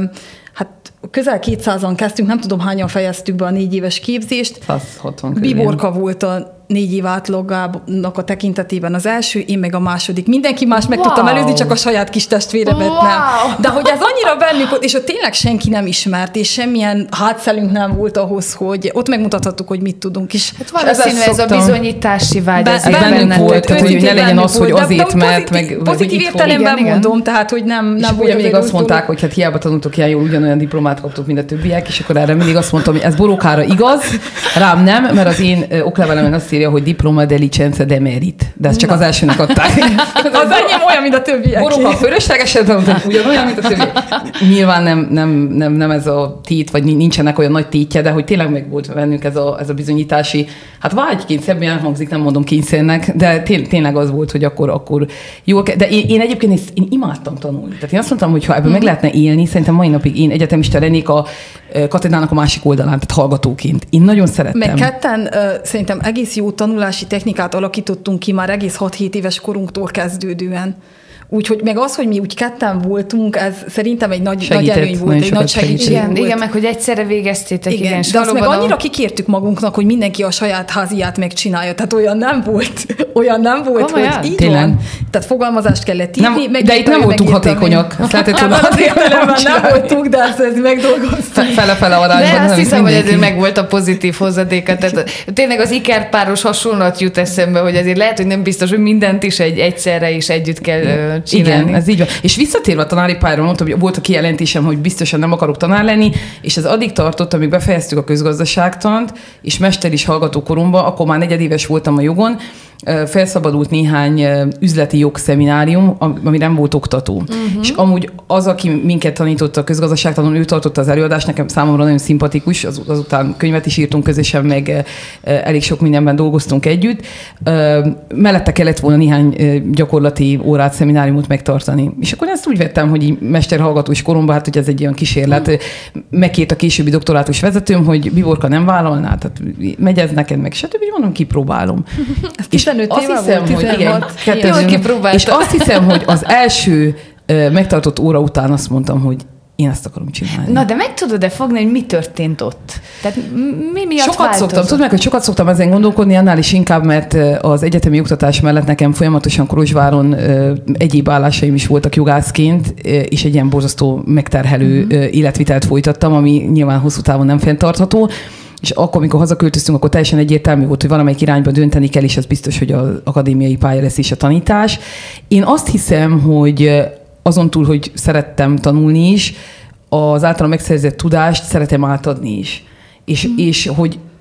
közel 200-an kezdtünk, nem tudom hányan fejeztük be a 4 éves képzést. 160 Biborka volt a 4 év átlagának a tekintetében az első, én meg a második. Mindenki más meg tudtam előzni, csak a saját kis testvéremet nem. De hogy ez annyira bennünk volt, és ott tényleg senki nem ismert, és semmilyen hátszelünk nem volt ahhoz, hogy ott megmutathattuk, hogy mit tudunk is. Hát valószínű ez a bizonyítási vágy. Ez bennünk volt, hogy ne legyen az, hogy azért, mert meg pozitív értelemben mondom, tehát hogy nem volt. És még azt mondták, hogy hát hiába tanultok ilyen jól, ugyanolyan diplomát kaptok, mint a többiek, és akkor erre mindig azt mondtam, hogy ez borókára igaz, rám nem, mert az én oklevelemen azt írja, hogy diploma de licenza de merit. De ezt csak az elsőnek adták. Az enyém olyan, mint a többiek. Boróka fölöslegesen tanultam, ugyanolyan, mint a többiek. Nyilván nem ez a tét, vagy nincsenek olyan nagy tétje, de hogy tényleg meg volt bennünk ez a bizonyítási, hát vágyként szebben hangzik, nem mondom kényszernek, de tényleg az volt, hogy akkor jó. De én egyébként én imádtam tanulni. Tehát én azt mondtam, hogy ha ebből meg lehetne élni, szerintem mai napig én egyetemista lennék a katedrának a másik oldalán, tehát hallgatóként. Én nagyon szerettem. Meg ketten szerintem egész jó tanulási technikát alakítottunk ki már egész 6-7 éves korunktól kezdődően. Úgyhogy meg az, hogy mi úgy ketten voltunk, ez szerintem egy nagy előny volt, egy nagy segítség volt. Igen, meg hogy egyszerre végeztétek. Igen, de azt meg annyira kikértük magunknak, hogy mindenki a saját háziát megcsinálja. Tehát olyan nem volt, komolyan? Hogy így tényleg van. Tehát fogalmazást kellett írni. De itt nem voltunk hatékonyak. Nem voltunk, de ezt megdolgoztunk. Fele-fele adásban. De azt hiszem, hogy ezért meg volt a pozitív hozadéka. Tehát tényleg az ikerpáros hasonlat jut eszembe, hogy azért lehet, hogy nem biztos, hogy mindent is egyszerre is együtt kell csinálni. Igen, ez így van. És visszatérve a tanári pályára, mondtam, hogy volt a kijelentésem, hogy biztosan nem akarok tanár lenni, és ez addig tartott, amíg befejeztük a közgazdaságtant, és mester is hallgatókoromban, akkor már negyedéves voltam a jogon, felszabadult néhány üzleti jogszeminárium, ami nem volt oktató. És amúgy az, aki minket tanította a közgazdaságtanon, ő tartotta az előadást, nekem számomra nagyon szimpatikus, azután könyvet is írtunk közösen, meg elég sok mindenben dolgoztunk együtt. Mellette kellett volna néhány gyakorlati órát, szemináriumot megtartani. És akkor ezt úgy vettem, hogy így mesterhallgatós koromban, hát hogy ez egy olyan kísérlet. Megkért a későbbi doktorátus vezetőm, hogy Biborka nem vállalná, tehát megy ez neked meg, stb. Mondom, kipróbálom. És azt hiszem, hogy és azt hiszem, hogy az első megtartott óra után azt mondtam, hogy én ezt akarom csinálni. Na, de meg tudod-e fogni, hogy mi történt ott? Tehát mi miatt sokat szoktam, tudod meg, hogy sokat szoktam ezen gondolkodni, annál is inkább, mert az egyetemi oktatás mellett nekem folyamatosan Kolozsváron egyéb állásaim is voltak jogászként, és egy ilyen borzasztó megterhelő életvitelt folytattam, ami nyilván hosszú távon nem fenntartható. És akkor, amikor hazaköltöztünk, akkor teljesen egyértelmű volt, hogy valamelyik irányba dönteni kell, és ez biztos, hogy az akadémiai pálya lesz és a tanítás. Én azt hiszem, hogy azon túl, hogy szerettem tanulni is, az általam megszerzett tudást szeretem átadni is. És hogy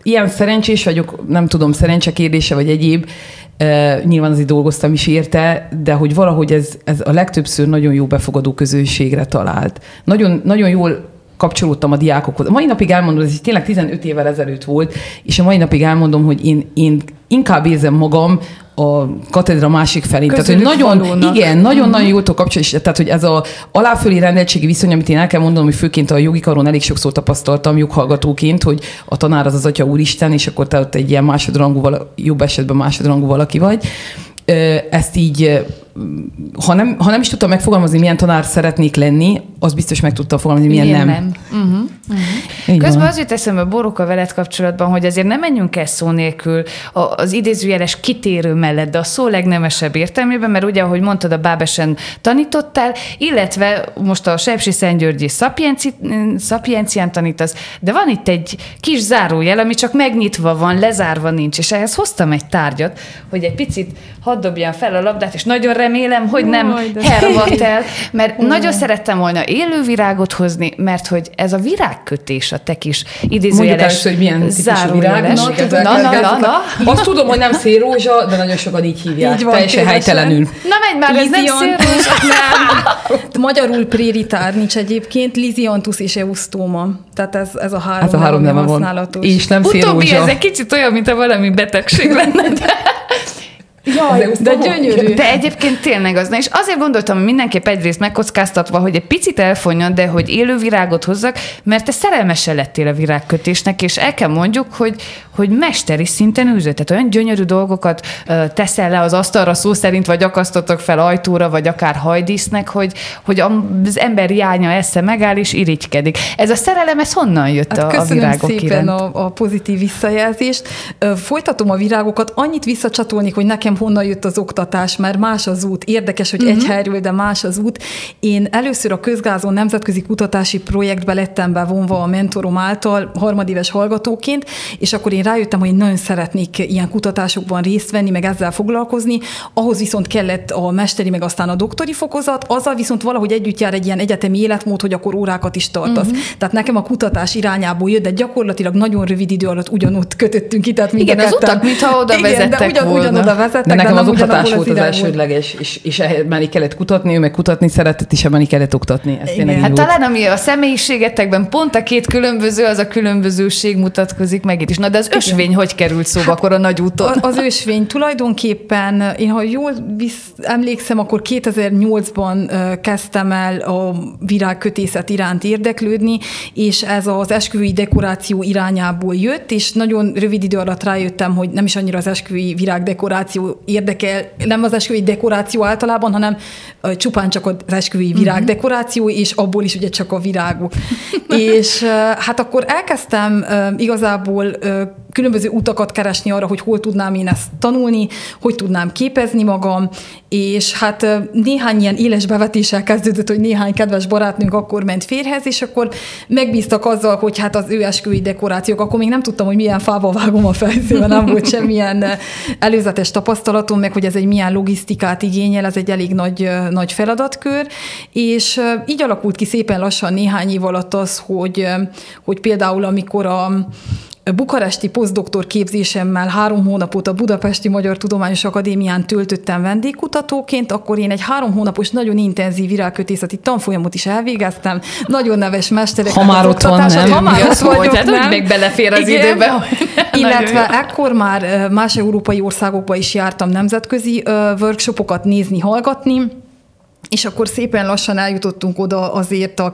ilyen szerencsés vagyok, nem tudom, szerencse kérdése vagy egyéb, nyilván azért dolgoztam is érte, de hogy valahogy ez a legtöbbször nagyon jó befogadó közönségre talált. Nagyon, nagyon jól kapcsolódtam a diákokhoz. A mai napig elmondom, ez tényleg 15 évvel ezelőtt volt, és a mai napig elmondom, hogy én inkább érzem magam a katedra másik felén. Tehát, hogy nagyon-nagyon jól tudok kapcsolni. Tehát, hogy ez az aláfölé rendeltségi viszony, amit én el kell mondanom, hogy főként a jogi karon elég sokszor tapasztaltam joghallgatóként, hogy a tanár az Atya Úristen, és akkor te ott egy ilyen másodrangú, jobb esetben másodrangú valaki vagy. Ezt így, ha nem is tudtam megfogalmazni, milyen tanár szeretnék lenni, az biztos meg tudtam fogalmazni, milyen nem. Közben az jut eszembe, Boróka, veled kapcsolatban, hogy azért nem menjünk el szó nélkül az idézőjeles kitérő mellett, de a szó legnemesebb értelmében, mert ugye, ahogy mondtad, a Bábesen tanítottál, illetve most a Sepsiszentgyörgyi Szapiencián tanítasz, de van itt egy kis zárójel, ami csak megnyitva van, lezárva nincs, és ehhez hoztam egy tárgyat, hogy egy picit hadd dobjam fel a labdát, és nagyon remélem, hogy nem hervadt el, mert nagyon szerettem volna élő virágot hozni, mert hogy ez a virágkötés a te kis idézőjeles hogy milyen zárójeles. Na. Azt tudom, hogy nem szélrózsa, de nagyon sokan így hívják. Így van, teljesen helytelenül. Na menj már, ez nem szélrózsa. Nem. Magyarul préritárnics egyébként, Lisianthus és Eustoma. Tehát ez a három nem használatos. És nem szélrózsa. Utóbbi ez egy kicsit olyan, mint a valami betegség lenne, de... Jaj, de gyönyörű. De egyébként tényleg az. Na, és azért gondoltam, hogy mindenképp egyrészt megkockáztatva, hogy egy picit elfonjon, de hogy élő virágot hozzak, mert te szerelmese lettél a virágkötésnek, és el kell mondjuk, hogy mesteri szinten űző. Tehát olyan gyönyörű dolgokat teszel le az asztalra szó szerint, vagy akasztotok fel ajtóra, vagy akár hajdísznek, hogy az ember jánya esze megáll, és irigykedik. Ez a szerelem, ez honnan jött a virágok szépen iránt? a pozitív visszajelzést. Folytatom a virágokat, annyit visszacsatolnék, hogy nekem honnan jött az oktatás, mert más az út. Érdekes, hogy egy helyről, de más az út. Én először a Közgázon nemzetközi kutatási projektbe lettem bevonva a mentorom által, harmadéves hallgatóként, és akkor én rájöttem, hogy én nagyon szeretnék ilyen kutatásokban részt venni, meg ezzel foglalkozni. Ahhoz viszont kellett a mesteri, meg aztán a doktori fokozat, azzal viszont valahogy együtt jár egy ilyen egyetemi életmód, hogy akkor órákat is tartasz. Tehát nekem a kutatás irányából jött, de gyakorlatilag nagyon rövid idő alatt ugyanott kötöttünk ki. Tehát igen, az utak, mintha oda vezettek volna. Ugyanoda vezettek, de nekem az oktatás volt az elsődleges, és ehhez kellett kutatni, ő meg kutatni szeretett, és ebben kellett oktatni. Hát talán ami a személyiségetekben pont a két különböző, az a különbözőség mutatkozik meg itt is. Na, de az ösvény hogy került szóba akkor a nagy úton? Az ösvény tulajdonképpen, én ha jól emlékszem, akkor 2008-ban kezdtem el a virágkötészet iránt érdeklődni, és ez az esküvői dekoráció irányából jött, és nagyon rövid idő alatt rájöttem, hogy nem is annyira az esküvői virágdekoráció érdekel, nem az esküvői dekoráció általában, hanem csupán csak az esküvői virágdekoráció, és abból is ugye csak a virágok. És hát akkor elkezdtem igazából különböző utakat keresni arra, hogy hol tudnám én ezt tanulni, hogy tudnám képezni magam, és hát néhány ilyen éles bevetéssel kezdődött, hogy néhány kedves barátnőnk akkor ment férjhez, és akkor megbíztak azzal, hogy hát az ő esküvői dekorációk, akkor még nem tudtam, hogy milyen fába vágom a fejszével, nem volt semmilyen előzetes tapasztalatom, meg hogy ez egy milyen logisztikát igényel, ez egy elég nagy feladatkör, és így alakult ki szépen lassan néhány év alatt az, hogy például amikor a bukaresti posztdoktor képzésemmel 3 hónapot a Budapesti Magyar Tudományos Akadémián töltöttem vendégkutatóként, akkor én egy 3 hónapos nagyon intenzív virágkötészeti tanfolyamot is elvégeztem. Nagyon neves mesterek. Ha már ott van, nem? Ha már ott vagyok, tehát úgy még belefér az időbe. Illetve ekkor már más európai országokba is jártam nemzetközi workshopokat nézni, hallgatni, és akkor szépen lassan eljutottunk oda azért a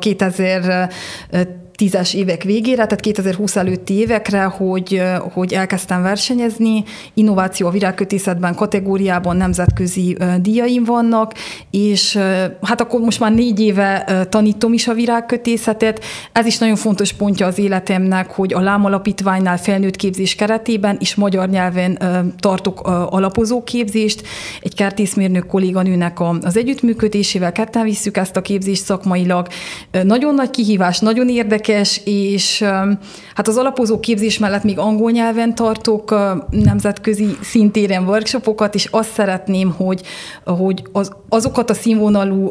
2010-es évek végére, tehát 2020 előtti évekre, hogy elkezdtem versenyezni, innováció a virágkötészetben kategóriában nemzetközi díjaim vannak, és hát akkor most már 4 éve tanítom is a virágkötészetet. Ez is nagyon fontos pontja az életemnek, hogy a Lám Alapítványnál felnőtt képzés keretében is magyar nyelven tartok alapozó képzést. Egy kertészmérnök kolléganőnek az együttműködésével ketten visszük ezt a képzést szakmailag. Nagyon nagy kihívás, nagyon érdekes, érdekes, és hát az alapozó képzés mellett még angol nyelven tartok nemzetközi szintéren workshopokat, és azt szeretném, hogy azokat a színvonalú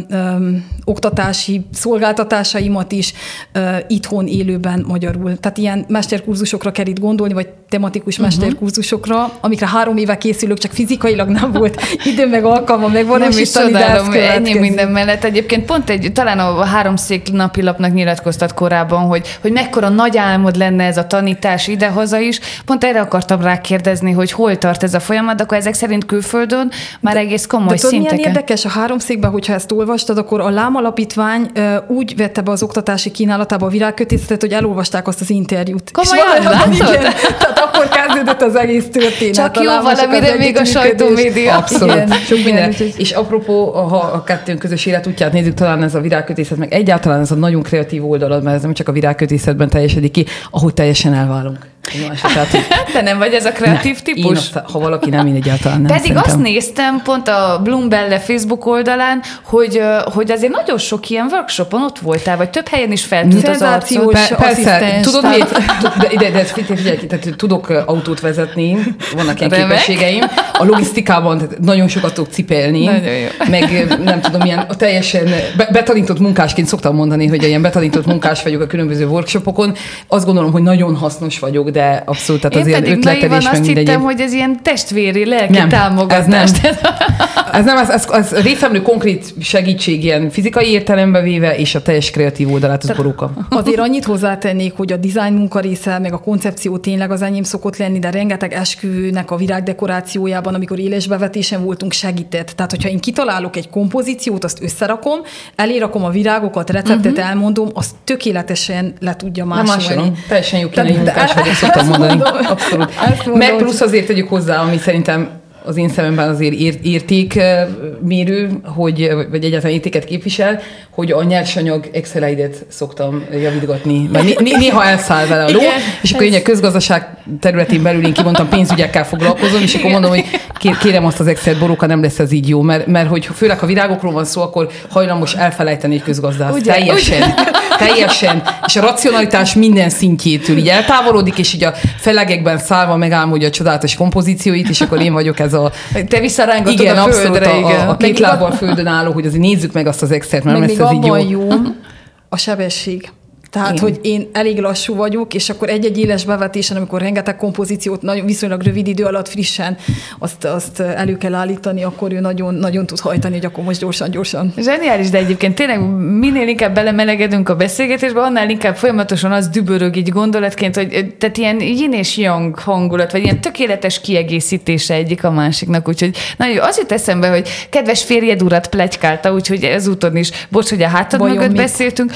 oktatási szolgáltatásaimat is itthon élőben magyarul. Tehát ilyen mesterkurzusokra kell itt gondolni, vagy tematikus mesterkurzusokra, amikre 3 éve készülök, csak fizikailag nem volt idő, meg alkalma megvalósítani, de ez ennyi minden mellett. Egyébként pont talán a Háromszék napilapnak nyilatkoztat korábban, hogy mekkora nagy álmod lenne ez a tanítás idehaza is. Pont erre akartam rákérdezni, hogy hol tart ez a folyamat, akkor ezek szerint külföldön már egész komoly szinteken. Milyen érdekes a Háromszékben, hogyha ezt olvastad, akkor a Lám Alapítvány úgy vette be az oktatási kínálatába a virágkötészetet, hogy elolvasták azt az interjút. Komolyan, látod? Tehát akkor kezdődött az egész történet. Csak jó valamire még a sajtómédia. Abszolút. Sok minden. És apropó, ha a kettőnk közös életútját nézzük, talán ez a virágkötészet, meg egyáltalán ez a nagyon kreatív oldalad, mert ez nem csak a virágkötészetben teljesedik ki, ahogy teljesen elválunk. Te nem vagy ez a kreatív típus? Ha valaki nem, én egyáltalán nem. Pedig szerintem. azt néztem pont a Bloombelle Facebook oldalán, hogy azért nagyon sok ilyen workshopon ott voltál, vagy több helyen is feltűnt az arcod. Persze, tudod mit? De figyelj, tudok autót vezetni, vannak ilyen képességeim. A logisztikában nagyon sokat tudok cipelni, meg nem tudom, ilyen teljesen betanított munkásként szoktam mondani, hogy ilyen betanított munkás vagyok a különböző workshopokon. Azt gondolom, hogy nagyon hasznos vagyok, de abszolút, tehát az ilyen ötletelés meg mindegy. Én hittem, hogy ez ilyen testvéri, lelki támogatás. Ez részemről konkrét segítség, ilyen fizikai értelembe véve, és a teljes kreatív oldalát az Boróka. Azért annyit hozzátennék, hogy a design munka része, meg a koncepció tényleg az enyém szokott lenni, de rengeteg esküvőnek a virágdekorációjában, amikor élesbevetésen voltunk, segített. Tehát, hogyha én kitalálok egy kompozíciót, azt összerakom, elérakom a virágokat, receptet elmondom, azt tökéletesen le tudja másolni. Teljesen jó kínai munkás vagyok, szoktam mondani. Abszolút. Meg plusz azért tegyük hozzá, ami szerintem az én szememben azért értékmérő, vagy egyáltalán értéket képvisel, hogy a nyersanyag Excel-eidet szoktam javítgatni. Néha elszáll vele a ló, és akkor én a közgazdaság területén belül én kimondtam, pénzügyekkel foglalkozom, és akkor mondom, hogy kérem azt az Excel-t, Boróka, nem lesz ez így jó, mert hogy főleg ha virágokról van szó, akkor hajlamos elfelejteni egy közgazdász. Teljesen. És a racionalitás minden szintjétől így eltávolodik, és így a felegekben szállva megálmodja a csodálatos kompozícióit, és akkor én vagyok ez a... Te visszarángatod igen, a földre, abszolút, a két lábbal földön álló, hogy azért nézzük meg azt az Excel-t, mert nem lesz ez így jó. A sebesség. Tehát, hogy én elég lassú vagyok, és akkor egy-egy éles bevetésen, amikor rengeteg kompozíciót nagyon viszonylag rövid idő alatt frissen azt elő kell állítani, akkor ő nagyon, nagyon tud hajtani, hogy akkor most gyorsan. Zseniális, de egyébként tényleg minél inkább belemelegedünk a beszélgetésbe, annál inkább folyamatosan az dübörög így gondolatként, hogy tehát ilyen yin és yang hangulat, vagy ilyen tökéletes kiegészítése egyik a másiknak, úgyhogy nagyon az jut eszembe, hogy kedves férjed urat pletykálta, úgyhogy ezúton is, bocs, hogy a hátad mögött beszéltünk,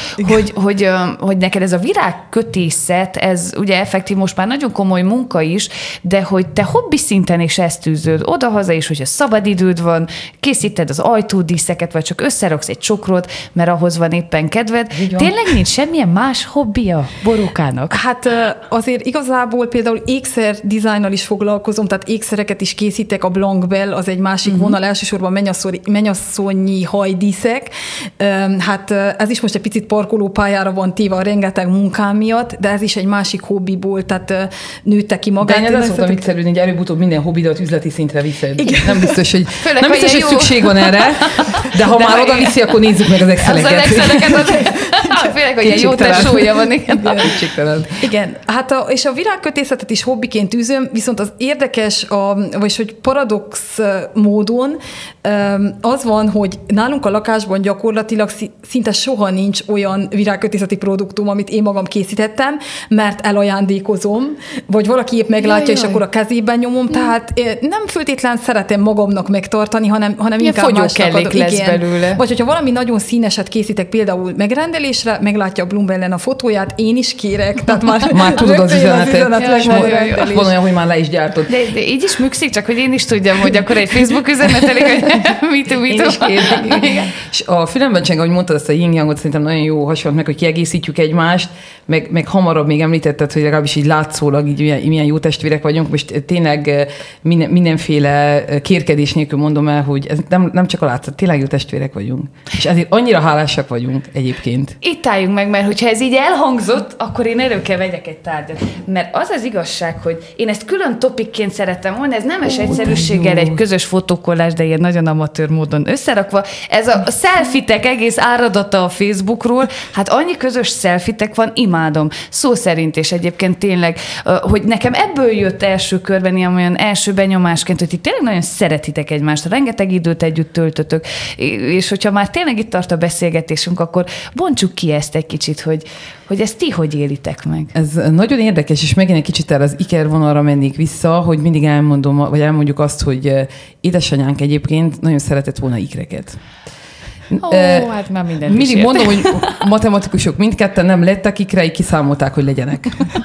hogy neked ez a virágkötészet, ez ugye effektív most már nagyon komoly munka is, de hogy te hobbi szinten is ezt tűzöd odahaza is, hogyha szabadidőd van, készíted az ajtódíszeket, vagy csak összeraksz egy csokrot, mert ahhoz van éppen kedved. Tényleg nincs semmilyen más hobbija Borókának? Hát azért igazából például ékszer dizájnnal is foglalkozom, tehát ékszereket is készítek, a Blanc Belle, az egy másik vonal, elsősorban mennyasszonyi hajdíszek. Hát ez is most egy picit parkolópályára van téve a rengeteg munkám miatt, de ez is egy másik hobbiból, tehát nőtte ki magát. De én szoktam viccelődni, hogy előbb-utóbb minden hobbidat üzleti szintre viszed. Nem biztos, hogy szükség van erre, de ha már oda viszi, akkor nézzük meg az Exceleket. Főleg, hogy ilyen jó tesója van. Igen, hát és a virágkötészetet is hobbiként űzöm, viszont az érdekes, vagyis hogy paradox módon az van, hogy nálunk a lakásban gyakorlatilag szinte soha nincs olyan virágkötészeti produktum, amit én magam készítettem, mert elajándékozom, vagy valaki épp meglátja, és akkor a kezében nyomom, tehát nem föltétlen szeretem magamnak megtartani, hanem inkább másnak adok. Lesz belőle. Vagy hogyha valami nagyon színeset készítek például megrendelésre, meglátja a Bloombelle-en a fotóját, én is kérek, tehát már tudod az üzenetet. Van olyan, hogy már le is gyártod. De így is működik, csak hogy én is tudjam, hogy akkor egy Facebook üzenet elég, hogy mit is kérek. És a fülemben cseng, ahogy mondtad, ezt a yin-yangot szerintem nagyon jó hasonlít meg, hogy kiegészítjük egymást, meg hamarabb még említetted, hogy legalábbis így látszólag így milyen jó testvérek vagyunk. Most tényleg mindenféle kérkedés nélkül mondom el, hogy ez nem csak a látszat, tényleg jó testvérek vagyunk. És ezért annyira hálásak vagyunk egyébként. itt álljunk meg, mert hogyha ez így elhangzott, akkor én elő kell vegyek egy tárgyat. Mert az az igazság, hogy én ezt külön topikként szerettem volna, ez nemes egyszerűséggel egy közös fotókollázs, de ilyen nagyon amatőr módon összerakva. Ez a selfitek egész áradata a Facebookról, hát annyi közös selfitek van, imádom. Szó szerint, és egyébként tényleg, hogy nekem ebből jött első körben olyan első benyomásként, hogy ti tényleg nagyon szeretitek egymást, rengeteg időt együtt töltötök, és hogyha már tényleg itt tart a beszélgetésünk, akkor bontsuk ki ezt egy kicsit, hogy ezt ti hogy élitek meg? Ez nagyon érdekes, és megint egy kicsit el az ikervonalra mennék vissza, hogy mindig elmondjuk azt, hogy édesanyánk egyébként nagyon szeretett volna ikreket. Hát már mindent mindig mondom, hogy matematikusok mindketten nem lettek ikrei, kiszámolták, hogy legyenek.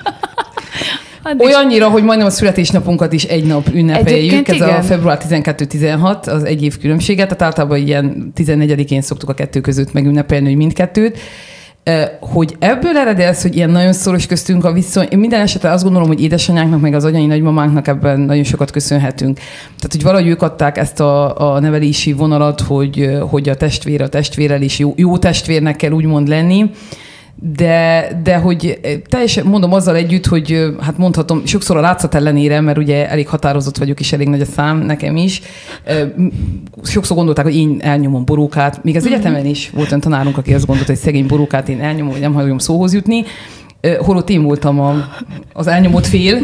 Olyannyira, hogy majdnem a születésnapunkat is egy nap ünnepeljük, ez igen. A február 12-16, az egy év különbséget, tehát általában ilyen 14-én szoktuk a kettő között megünnepelni, hogy mindkettőt. Hogy ebből ered az, hogy ilyen nagyon szoros köztünk a viszony. Én minden esetre azt gondolom, hogy édesanyánknak, meg az anyai nagymamánknak ebben nagyon sokat köszönhetünk. Tehát, hogy valahogy ők adták ezt a nevelési vonalat, hogy a testvérrel is jó testvérnek kell úgymond lenni. De hogy teljesen mondom azzal együtt, hogy hát mondhatom, sokszor a látszat ellenére, mert ugye elég határozott vagyok, és elég nagy a szám nekem is. Sokszor gondolták, hogy én elnyomom Borókát. Még az egyetemen is volt olyan tanárunk, aki azt gondolta, hogy szegény Borókát én elnyomom, hogy nem hagyom szóhoz jutni. Holott én voltam az elnyomott fél,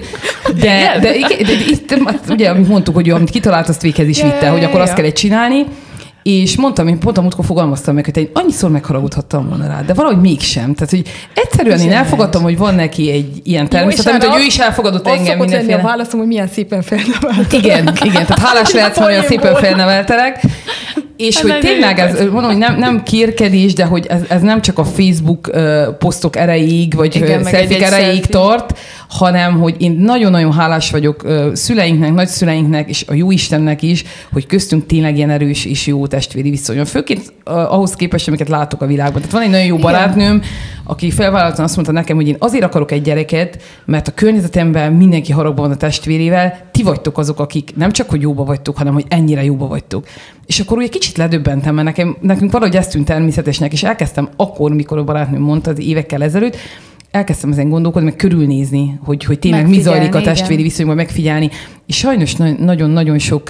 de itt ugye, amit mondtuk, hogy amit kitalált, azt véghez is vitte, hogy akkor azt kellett csinálni. És mondtam, én pont a múltkor fogalmaztam meg, hogy én annyiszor megharagudhattam volna rá, de valahogy mégsem. Tehát, hogy egyszerűen én elfogadtam, hogy van neki egy ilyen természet, mint hogy ő is elfogadott engem mindenféle. Az szokott lenni a válaszom, hogy milyen szépen felneveltelek. Igen, tehát hálás lehetsz, hogy olyan szépen felneveltelek. És hogy tényleg ez, mondom, hogy nem kérkedés, de hogy ez nem csak a Facebook posztok erejéig, vagy selfie erejéig tart, hanem hogy én nagyon-nagyon hálás vagyok szüleinknek, nagyszüleinknek, és a Jóistennek is, hogy köztünk tényleg ilyen erős és jó testvéri viszony van. Főként ahhoz képest, amiket látok a világban. Tehát van egy nagyon jó barátnőm, aki felvállaltan azt mondta nekem, hogy én azért akarok egy gyereket, mert a környezetemben mindenki haragban van a testvérével, ti vagytok azok, akik nem csak, hogy jóba vagytok, hanem hogy ennyire jóba vagytok. És akkor úgy egy kicsit ledöbbentem, mert nekünk valahogy ezt tűnt természetesnek, és elkezdtem akkor, mikor a barátnőm mondta, az évekkel ezelőtt, elkezdtem ezen gondolkodni, meg körülnézni, hogy tényleg mi zajlik a testvéri viszonyban, megfigyelni. És sajnos nagyon-nagyon sok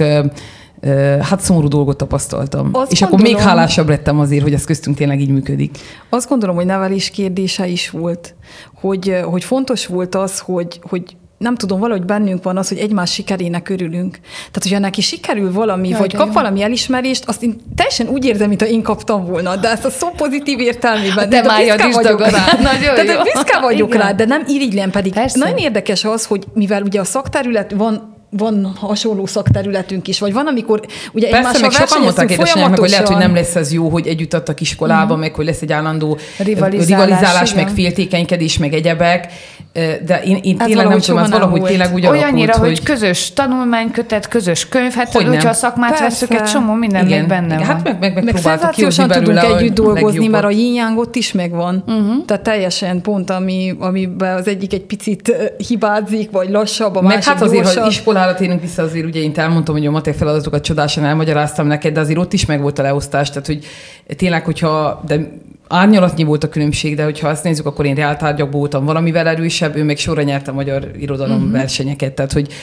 szomorú dolgot tapasztaltam. Azt és gondolom, akkor még hálásabb lettem azért, hogy ez köztünk tényleg így működik. Azt gondolom, hogy nevelés kérdése is volt, hogy fontos volt az, hogy nem tudom, valahogy bennünk van az, hogy egymás sikerének örülünk. Tehát, hogyha neki sikerül valami, vagy kap valami elismerést, azt én teljesen úgy érzem, mintha én kaptam volna, de ezt a szó pozitív értelmében. De májad is dagad rá. Tehát büszke vagyok rá, de nem irigylem, pedig persze. Nagyon érdekes az, hogy mivel ugye a szakterület van hasonló szakterületünk is, vagy van, amikor ugye egymással versenyezünk folyamatosan. Hogy lehet, hogy nem lesz ez jó, hogy együtt adtak iskolába, meg hogy lesz egy állandó rivalizálás, meg féltékenykedés, meg egyebek. De én tényleg nem tudom, az valahogy tényleg úgy alakult, olyannyira, hogy közös tanulmánykötet, közös könyv, hát hogyha a szakmát vesszük, egy csomó minden még benne van. Hát meg szenzációsan tudunk együtt dolgozni, mert a yin-yang ott is megvan. Tehát teljesen pont, amiben az egyik egy picit hibázik, vagy lassabb, a másik hát azért, ha iskolára térünk vissza, azért ugye én elmondtam, hogy a matek feladatokat csodásan elmagyaráztam neked, de azért ott is megvolt a leosztás, tehát hogy tényleg, hogyha árnyalatnyi volt a különbség, de hogyha azt nézzük, akkor én reáltárgyakból voltam valamivel erősebb, ő meg sorra nyerte a magyar irodalom versenyeket, tehát hogy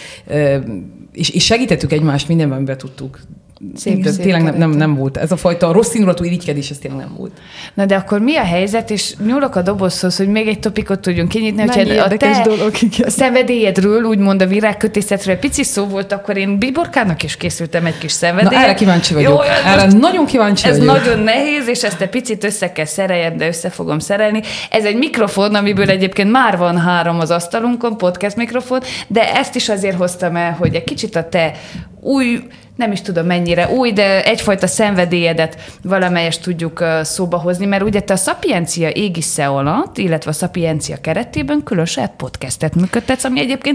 és segítettük egymást mindenben, amiben tudtuk. Szép tényleg nem volt. Ez a fajta rossz indulatú irigykedés, ez tényleg nem volt. Na de akkor mi a helyzet, és nyúlok a dobozhoz, hogy még egy topikot tudjunk kinyitni, hogyha a te szenvedélyedről, úgymond a virágkötészetről egy pici szó volt, akkor én Biborkának is készültem egy kis szenvedélyet. Na, erre kíváncsi vagyok. Jó, erre nagyon kíváncsi vagyok. Ez nagyon nehéz, és ezt egy picit össze kell szereljem, de össze fogom szerelni. Ez egy mikrofon, amiből egyébként már van 3 az asztalunkon, podcast mikrofon, de ezt is azért hoztam el, hogy egy kicsit a te új, nem is tudom mennyire új, de egyfajta szenvedélyedet valamelyest tudjuk szóba hozni, mert ugye te a Szapiencia égisze alatt, illetve a Szapiencia keretében külön saját podcastet működtetsz, ami egyébként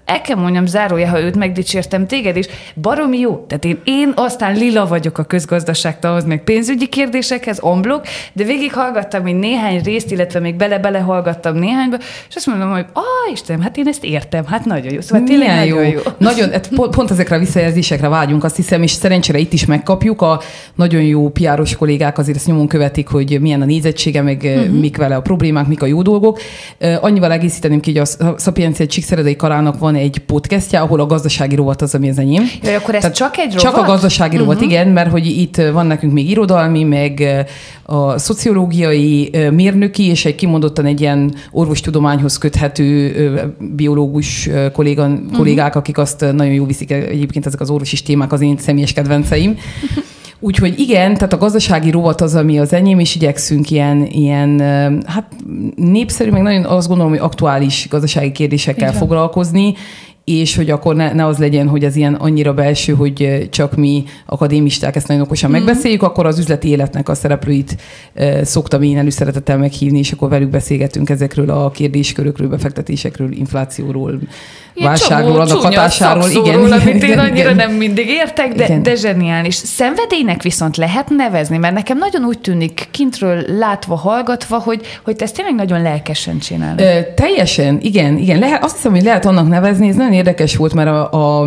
el kell mondjam, zárója, ha őt megdicsértem, téged is, baromi jó. Tehát én aztán lila vagyok a közgazdaságtanhoz, meg pénzügyi kérdésekhez, omblok, de végighallgattam még néhány részt, illetve még bele hallgattam néhányba, és azt mondom, hogy Istenem, hát én ezt értem, hát nagyon jó. Szóval tényleg nagyon jó. Nagyon, pont ezekre a visszajelzésekre vágyunk, azt hiszem, és szerencsére itt is megkapjuk. A nagyon jó PR-os kollégák azért ezt nyomon követik, hogy milyen a nézettsége, meg mik vele a problémák, mik a jó dolgok. Annyival egészíteném ki, hogy a Szapiencia Csíkszeredai Karának van egy podcastja, ahol a gazdasági rovat az, ami az enyém. Jaj, akkor ez csak egy rovat? Csak a gazdasági rovat, igen, mert hogy itt van nekünk még irodalmi, meg a szociológiai, mérnöki, és egy kimondottan egy ilyen orvostudományhoz köthető biológus kollégák, akik azt nagyon jó viszik, egyébként ezek az orvosi témák az én személyes kedvenceim. Úgyhogy igen, tehát a gazdasági rovat az, ami az enyém, és igyekszünk ilyen hát népszerű, meg nagyon azt gondolom, hogy aktuális gazdasági kérdésekkel foglalkozni, és hogy akkor ne az legyen, hogy ez ilyen annyira belső, hogy csak mi akadémisták ezt nagyon okosan megbeszéljük, akkor az üzleti életnek a szereplőit szoktam én előszeretettel meghívni, és akkor velük beszélgetünk ezekről a kérdéskörökről, befektetésekről, inflációról, válságról, annak hatásáról. Igen, amit én annyira nem mindig értek, de zseniális. Szenvedélynek viszont lehet nevezni, mert nekem nagyon úgy tűnik kintről látva, hallgatva, hogy te ezt tényleg nagyon lelkesen csinálod. Teljesen, igen. Azt hiszem, hogy lehet annak nevezni, ez nagyon érdekes volt, mert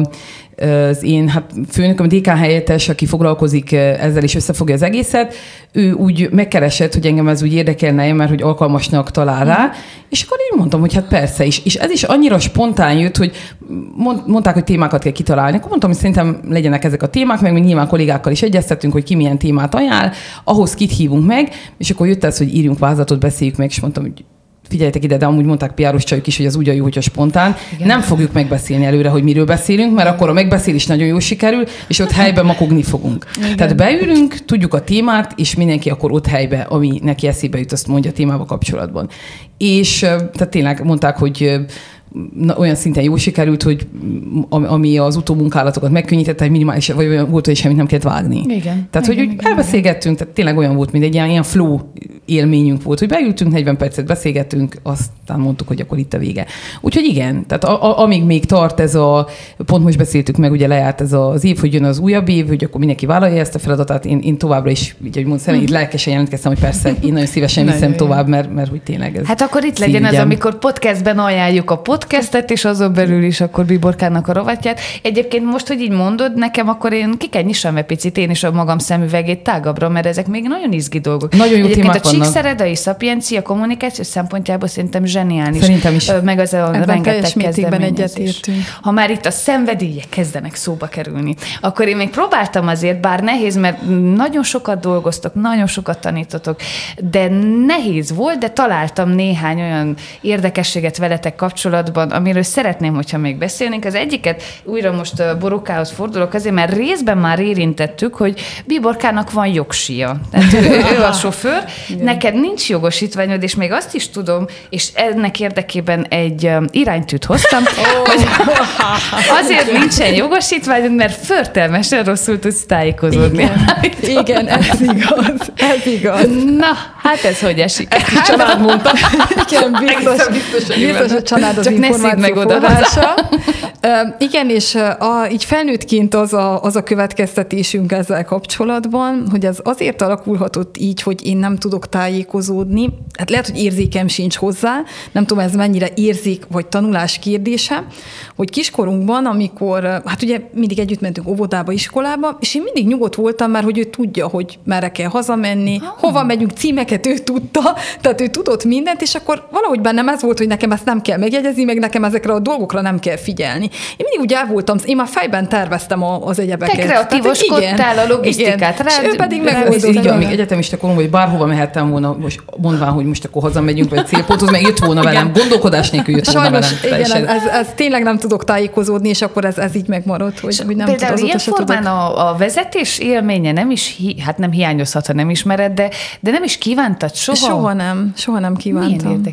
az én főnököm, a dékán helyettes, aki foglalkozik ezzel és összefogja az egészet, ő úgy megkeresett, hogy engem ez úgy érdekelne, mert hogy alkalmasnak talál rá, és akkor én mondtam, hogy hát persze is. És ez is annyira spontán jött, hogy mondták, hogy témákat kell kitalálni. Akkor mondtam, hogy szerintem legyenek ezek a témák, meg még nyilván kollégákkal is egyeztettünk, hogy ki milyen témát ajánl, ahhoz kit hívunk meg, és akkor jött ez, hogy írjunk vázlatot, beszéljük meg, és mondtam, hogy figyeljetek ide, de amúgy mondták PR-os csajok is, hogy az úgy a jó, hogyha spontán. Igen. Nem fogjuk megbeszélni előre, hogy miről beszélünk, mert akkor a megbeszélés nagyon jól sikerül, és ott helyben makogni fogunk. Igen. Tehát beülünk, tudjuk a témát, és mindenki akkor ott helyben, ami neki eszébe jut, azt mondja a témával kapcsolatban. És tehát tényleg mondták, hogy olyan szinten jó sikerült, hogy ami az utómunkálatokat megkönnyítette, hogy minimális, vagy olyan volt, hogy semmit nem kellett vágni. Igen. Tehát, hogy elbeszélgettünk, tehát tényleg olyan volt, mint egy ilyen flow élményünk volt, hogy beültünk, 40 percet beszélgettünk, aztán mondtuk, hogy akkor itt a vége. Úgyhogy igen, tehát amíg még tart ez pont most beszéltük meg, ugye lejárt ez az év, hogy jön az újabb év, hogy akkor mindenki vállalja ezt a feladatát, én továbbra is, így, hogy mondtam, így lelkesen jelentkeztem, hogy persze, én nagyon szívesen viszem tovább, mert hogy tényleg ez. Hát akkor itt legyen ez, amikor podcastben ajánljuk a podcastet, és azon belül is akkor Bíborkának a rovatját. Egyébként most, hogy így mondod, nekem akkor én ki kell nyissam egy picit én is a magam szemüvegét tágabbra, mert ezek még nagyon izgi dolgok. Nagyon jó egyébként témák vannak. A Csíkszeredai Szapiencia kommunikáció szempontjából szerintem zseniális. Szerintem is. Meg az a rengeteg kezdeményezés. Ha már itt a szenvedélyek kezdenek szóba kerülni, akkor én még próbáltam azért, bár nehéz, mert nagyon sokat dolgoztok, nagyon sokat tanítotok, de nehéz volt, de találtam néhány olyan érdekességet veletek kapcsolatban, amiről szeretném, hogyha még beszélnénk. Az egyiket újra most Borukához fordulok azért, mert részben már érintettük, hogy Bíborkának van jogsija. Tehát ő a sofőr, neked nincs jogosítványod, és még azt is tudom, és ennek érdekében egy iránytűt hoztam, hogy azért nincsen jogosítványod, mert förtelmesen rosszul tudsz tájékozódni. Igen, ez igaz. Na, hát ez hogy esik? Ezt is család mondta. Igen, biztos a család az információ forrása. Igen, és így felnőttként az a következtetésünk ezzel kapcsolatban, hogy ez azért alakulhatott így, hogy én nem tudok tájékozódni. Hát lehet, hogy érzékem sincs hozzá, nem tudom, ez mennyire érzék vagy tanulás kérdése, hogy kiskorunkban, amikor, hát ugye mindig együtt mentünk óvodába, iskolába, és én mindig nyugodt voltam már, hogy ő tudja, hogy merre kell hazamenni, hova megyünk, címeket ő tudta, tehát ő tudott mindent, és akkor valahogy bennem ez volt, hogy nekem ezt nem kell megjegyezni, meg nekem ezekre a dolgokra nem kell figyelni. Én mindig úgy el voltam, én már fejben terveztem az egyebeket. Te kreatívoskodtál a logisztikát rád. És ő pedig megoldott. Így, amíg egyetemista korom, vagy bárhova mehettem volna, most mondván, hogy most akkor hazamegyünk, vagy célponthoz, meg jött volna velem. Gondolkodás nélkül jött volna velem. Igen, ez tényleg nem tudok tájékozódni, és akkor ez így megmaradt, hogy nem tudok. Például ilyen formán a vezetés élménye nem is, hát nem hiányozhat, ha nem ismered, de nem is kívántad soha? Soha nem kívántam. Milyen érdekes.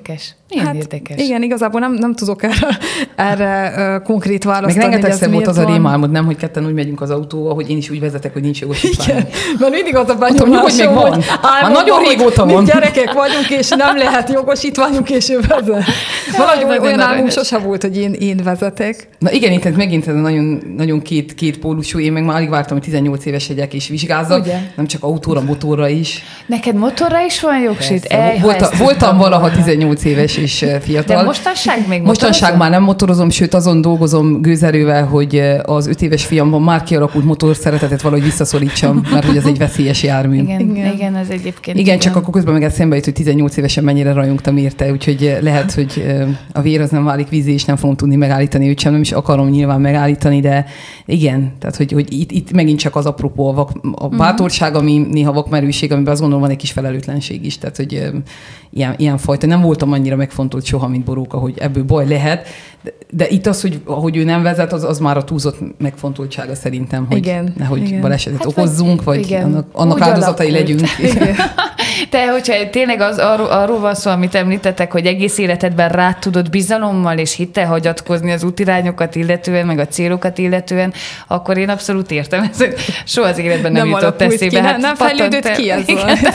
Milyen érdekes. Igen, igazából nem tudok erre konkrét választ meg adni. rengetegszer volt az a rémálmod, nem, hogy ketten úgy megyünk az autóval, hogy én is úgy vezetek, hogy nincs jogosítvány. Igen, mert mindig az a benyomásom, hogy nagyon régóta van. Mi gyerekek vagyunk, és nem lehet jogosítványunk, és ő vezet. Valahogy olyan álmunk sose volt, hogy én vezetek. Na igen, itt megint ez nagyon, nagyon két pólusú. Én meg már alig vártam, hogy 18 éves legyek és vizsgázzak. Ugye? Nem csak autóra, motorra is. Neked motorra is van jogsit? Voltam valaha 18 éves és fiatal. De mostanság még mostanság már nem motorozom, sőt azon dolgozom gőzerővel, hogy az 5 éves fiamban már kialakult motorszeretetet valahogy visszaszorítsam, mert hogy ez egy veszélyes jármű. Igen, ez egyébként. Igen, csak akkor közben meg szembe jut, hogy 18 évesen mennyire rajongtam érte, úgyhogy lehet, hogy a vér az nem válik vízé, és nem fogom tudni megállítani őt sem, nem is akarom nyilván megállítani, de igen, tehát hogy itt megint csak az apropó a bátorság, ami néha vakmerőség, amiben azt gondolom van egy kis felelőtlenség is, tehát hogy ilyen fajta. Nem voltam annyira megfontolt soha, mint Boróka, hogy ebből baj lehet, de itt az, hogy ő nem vezet, az már a túlzott megfontoltsága szerintem, hogy nehogy balesetet okozzunk, vagy annak áldozatai legyünk. Te, hogyha tényleg arról van szó, amit említettek, hogy egész életedben rád tudod bizalommal és hittel hagyatkozni az útirányokat illetően, meg a célokat illetően, akkor én abszolút értem ezt, hogy soha az életben nem jutott eszébe. Nem fejlődött ki ez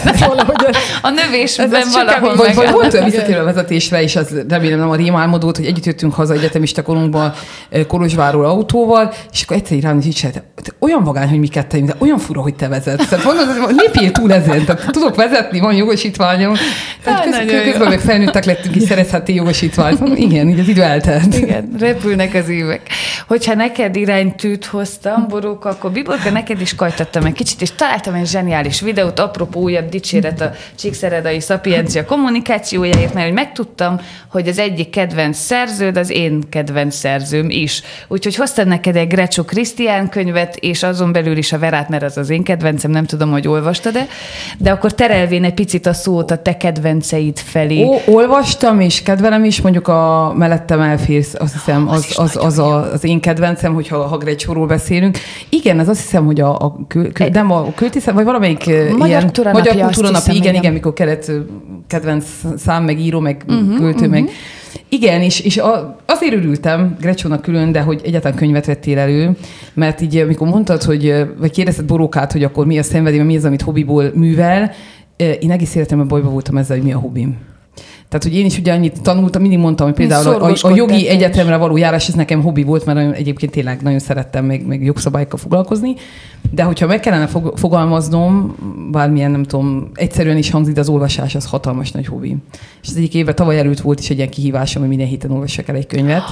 a növésben valahol meg. Vagy volt olyan visszatérő a vezetésre, és az remélem nem a rémálmodót, hogy együtt jöttünk haza egyetemista korunkban Kolozsvárról autóval, és akkor egyszer rám is így olyan vagány, hogy mi kettejünk, de olyan fura, hogy te vezetsz. Tehát mondod, lépjél túl ezen, tehát tudok vezetni, van jogosítványom. Közben meg felnőttek lettünk, és szerezhettél jogosítványt. Igen, így az idő eltelt. Igen, repülnek az évek. Hogyha neked iránytűt hoztam, Boróka, akkor Biborka, neked is kajtattam egy kicsit, és találtam egy zseniális videót, apropó újabb dicséret a Csíkszeredai Szapiencia kommunikációjáért, mert hogy megtudtam, hogy az egyik kedvenc szerződ az én kedvenc szerzőm is. Úgyhogy hoztam neked egy Grecsó Krisztián könyvet, és azon belül is a Verát, mert az én kedvencem, nem tudom, hogy olvastad-e, de akkor terelvén egy picit a szót a te kedvenceid felé. Olvastam, és kedvelem is, mondjuk a Mellettem elférsz, azt hiszem, az én kedvencem, hogyha Grecsóról beszélünk. Igen, az azt hiszem, hogy nem a költészet, vagy valamelyik Magyar Kultúranapja, igen, mikor kellett kedvenc szám, meg író, meg költő, meg igen, és azért örültem Grecsónak külön, de hogy egyáltalán könyvet vettél elő, mert így amikor mondtad, vagy kérdezted Borókát, hogy akkor mi a szenvedély, mi az, amit hobbiból művel, én egész életemben bajban voltam ezzel, hogy mi a hobbim. Tehát, hogy én is ugye annyit tanultam, mindig mondtam, hogy például a jogi egyetemre való járás, ez nekem hobbi volt, mert egyébként tényleg nagyon szerettem meg jogszabályokkal foglalkozni, de hogyha meg kellene fogalmaznom, bármilyen, nem tudom, egyszerűen is hangzik, de az olvasás az hatalmas nagy hobbi. És az egyik évben tavaly előtt volt is egy ilyen kihívásom, hogy minden héten olvassak el egy könyvet.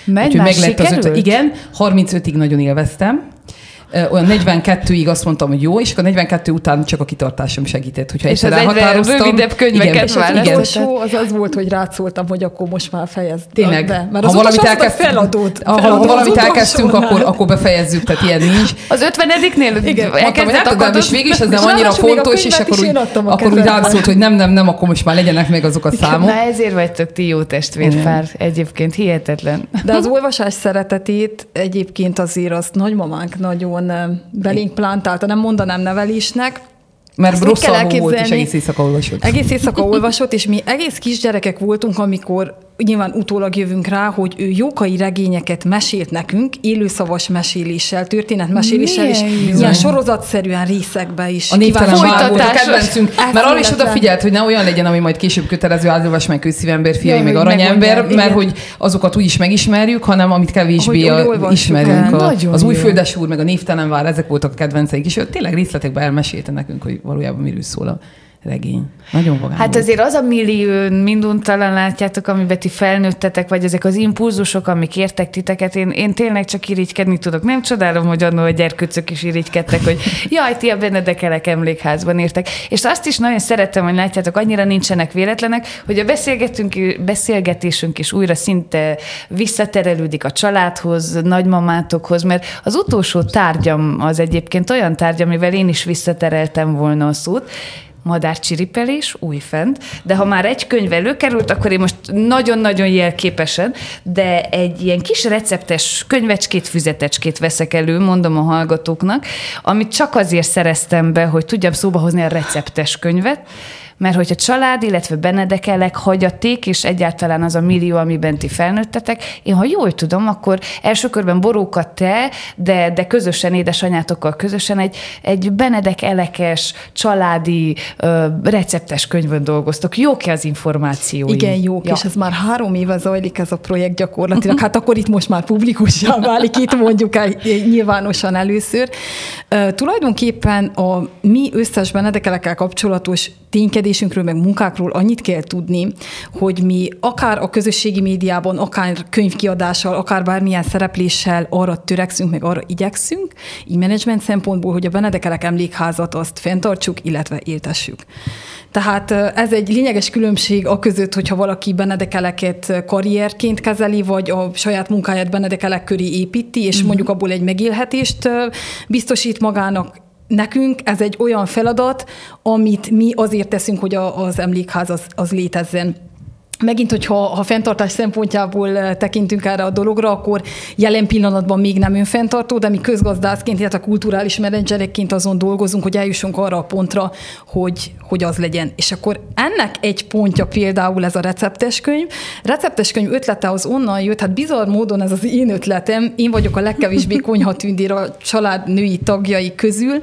Igen, 35-ig nagyon élveztem. Olyan 42-ig azt mondtam, hogy jó, és akkor 42 után csak a kitartásom segített. Hogyha és az egyre rövidebb könyveket választott. Az volt, hogy rátszóltam, hogy akkor most már fejezd. Tényleg. Be. Mert ha valamit elkezdtünk, akkor befejezzük, tehát ilyen nincs. Az 50-nél elkezdett akadni. És végül is ez nem annyira fontos, és akkor úgy rátszólt, hogy nem, akkor most már legyenek meg azok a számok. Na ezért vagytok ti jó testvérpár. Egyébként hihetetlen. De az olvasás szeretetét egyébként azért azt nagymamánk nagyon belénk plántálta, nem mondanám nevelésnek. Mert rosszul volt, és egész éjszaka olvasott. Egész éjszaka olvasott, és mi egész kisgyerekek voltunk, amikor nyilván utólag jövünk rá, hogy ő jókai regényeket mesélt nekünk, élőszavas meséléssel, történetmeséléssel, és ilyen sorozatszerűen részekbe is. A Névtelen Vár volt a kedvencünk, mert arra is odafigyelt, hogy ne olyan legyen, ami majd később kötelező, Ázolvas meg Kőszívember fiai, meg Aranyember, mert hogy azokat úgy is megismerjük, hanem amit kevésbé ismerünk. Az Újföldes úr, meg a Névtelen Vár, ezek voltak a kedvenceik, és ő tényleg részletekben elmesélte nekünk, hogy valójában miről szól a regény. Nagyon vagány. Hát azért az a millió minduntalan látjátok, amiben ti felnőttetek, vagy ezek az impulzusok, amik értek titeket, én tényleg csak irigykedni tudok. Nem csodálom, hogy annól a gyerkőcök is irigykedtek, hogy jaj, ti a Benedekelek emlékházban értek. És azt is nagyon szerettem, hogy látjátok, annyira nincsenek véletlenek, hogy a beszélgetésünk is újra szinte visszaterelődik a családhoz, nagymamátokhoz, mert az utolsó tárgyam az egyébként olyan tárgy, amivel én is visszatereltem volna a szót, madárcsiripelés, újfent, de ha már egy könyv előkerült, akkor én most nagyon-nagyon jelképesen, de egy ilyen kis receptes könyvecskét, füzetecskét veszek elő, mondom a hallgatóknak, amit csak azért szereztem be, hogy tudjam szóba hozni a receptes könyvet, Mert hogyha család, illetve Benedekelek, hagyaték, és egyáltalán az a millió, amiben ti felnőttetek, én ha jól tudom, akkor első körben Boróka te, de közösen, édesanyátokkal közösen egy Benedekelekes, családi, receptes könyvön dolgoztok. Jók-e az információim? Igen, jók, ja. És ez már 3 éve zajlik ez a projekt gyakorlatilag. Hát akkor itt most már publikussá válik, itt mondjuk el nyilvánosan először. Tulajdonképpen a mi összes Benedekelekkel kapcsolatos ténykedésünkről, meg munkákról annyit kell tudni, hogy mi akár a közösségi médiában, akár könyvkiadással, akár bármilyen szerepléssel arra törekszünk, meg arra igyekszünk, így menedzsment szempontból, hogy a Benedekelek emlékházat azt fenntartsuk, illetve éltessük. Tehát ez egy lényeges különbség aközött, hogyha valaki Benedekeleket karrierként kezeli, vagy a saját munkáját Benedekelek köré építi, és mondjuk abból egy megélhetést biztosít magának. Nekünk ez egy olyan feladat, amit mi azért teszünk, hogy az emlékház az létezzen. Megint, hogyha fenntartás szempontjából tekintünk erre a dologra, akkor jelen pillanatban még nem önfenntartó, de mi közgazdászként, illetve kulturális menedzserekként azon dolgozunk, hogy eljussunk arra a pontra, hogy az legyen. És akkor ennek egy pontja például ez a receptes könyv. Receptes könyv ötlete az onnan jött, hát bizarr módon ez az én ötletem, én vagyok a legkevésbé konyhatündér a család női tagjai közül,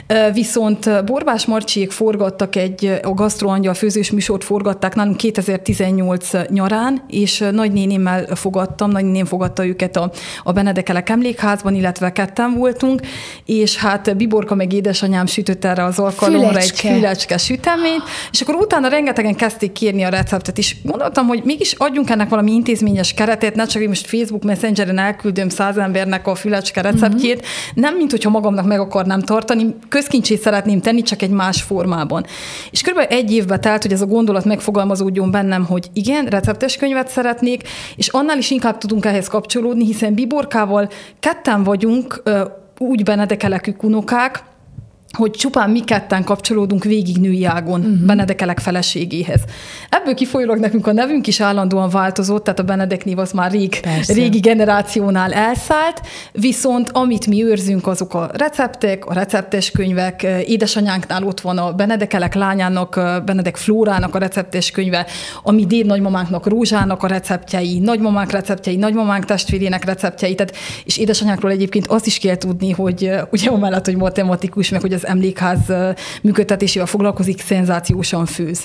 viszont Borbás Marcsiék forgattak a Gasztroangyal főzős műsort forgatták nálunk 2018 nyarán, és nagynénémmel fogadtam, nagynéném fogadta őket a Benedekelek emlékházban, illetve ketten voltunk, és hát Biborka meg édesanyám sütött erre az alkalomra egy fülecske süteményt, és akkor utána rengetegen kezdték kérni a receptet, és gondoltam, hogy mégis adjunk ennek valami intézményes keretet, ne csak, hogy most Facebook Messengeren elküldöm 100 embernek a fülecske receptjét, nem mint hogyha magamnak meg akarnám tartani, közkincsét szeretném tenni, csak egy más formában. És körülbelül 1 évbe telt, hogy ez a gondolat megfogalmazódjon bennem, hogy igen, receptes könyvet szeretnék, és annál is inkább tudunk ehhez kapcsolódni, hiszen Biborkával ketten vagyunk, úgy Benedekelekű unokák, hogy csupán mi ketten kapcsolódunk végig női ágon Benedekelek feleségéhez. Ebből kifolyólag nekünk a nevünk is állandóan változott, tehát a Benedek név az már régi generációnál elszállt, viszont amit mi őrzünk, azok a receptek, a receptes könyvek, édesanyánknál ott van a Benedekelek lányának, Benedek Flórának a receptes könyve, a mi dédnagymamánknak, Rózsának a receptjei, nagymamánk receptjei, nagymamánk testvérének receptjei, tehát, és édesanyákról egyébként azt is kell tudni, hogy ugye amellett, hogy matematikus, meg hogy az emlékház működtetésével foglalkozik, szenzációsan főz.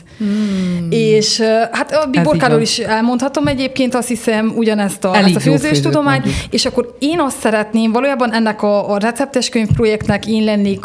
És hát a Biborkáról is elmondhatom egyébként, azt hiszem ugyanezt a főzőstudományt, és akkor én azt szeretném, valójában ennek a receptes könyvprojektnek én lennék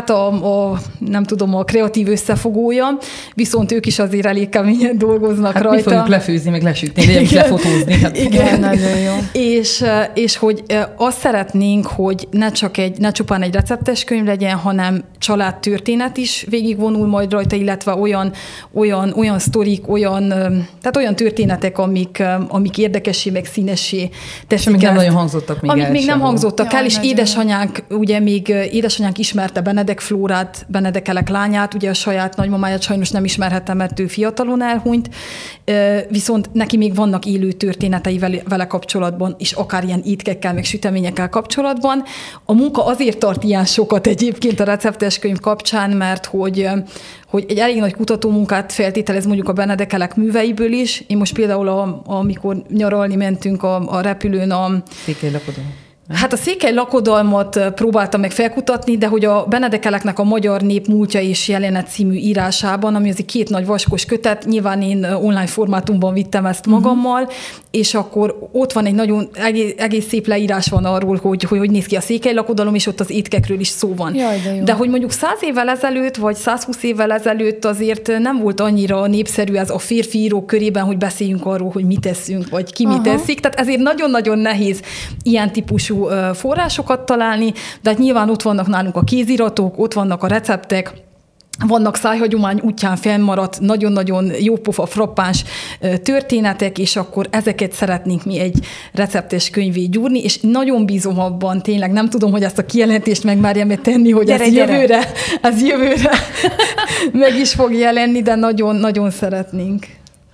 nem tudom, a kreatív összefogója, viszont ők is azért elég keményen dolgoznak rajta. Mi fogjuk lefőzni, meg lesütni, de lefotózni. Igen, nagyon jó. És hogy azt szeretnénk, hogy ne csupán egy receptes könyv legyen, hanem családtörténet is végigvonul majd rajta, illetve olyan sztorik, tehát olyan történetek, amik érdekessé, meg színessé teszik. Amik nem nagyon hangzottak még el. Amik még nem hangzottak el, és édesanyánk, ugye még édesanyánk ismerte Benedek Flórát, Benedekelek lányát, ugye a saját nagymamáját sajnos nem ismerhettem, mert ő fiatalon elhunyt, viszont neki még vannak élő történetei vele kapcsolatban, és akár ilyen étkekkel, meg süteményekkel kapcsolatban. A munka azért tart ilyen sokat egyébként a receptes könyv kapcsán, mert hogy egy elég nagy kutatómunkát feltételez mondjuk a Benedekelek műveiből is. Én most például, amikor nyaralni mentünk a repülőn Székely lakodalom. Hát a székely lakodalmat próbáltam meg felkutatni, de hogy a Benedekeleknek a Magyar Nép múltja és jelenet című írásában, ami az egy 2 nagy vaskos kötet, nyilván én online formátumban vittem ezt magammal, és akkor ott van egy nagyon egész szép leírás van arról, hogy néz ki a székely lakodalom, és ott az étkekről is szó van. Jaj, de hogy mondjuk 100 évvel ezelőtt, vagy 120 évvel ezelőtt azért nem volt annyira népszerű ez a férfi írók körében, hogy beszéljünk arról, hogy mit teszünk, vagy ki mit teszik. Tehát ezért nagyon-nagyon nehéz ilyen típusú forrásokat találni, de hát nyilván ott vannak nálunk a kéziratok, ott vannak a receptek, vannak szájhagyomány útján fennmaradt nagyon-nagyon jópofa, frappáns történetek, és akkor ezeket szeretnénk mi egy receptes könyvé gyúrni, és nagyon bízom abban, tényleg nem tudom, hogy ezt a kijelentést megmerjem tenni, hogy ez jövőre meg is fog jelenni, de nagyon-nagyon szeretnénk.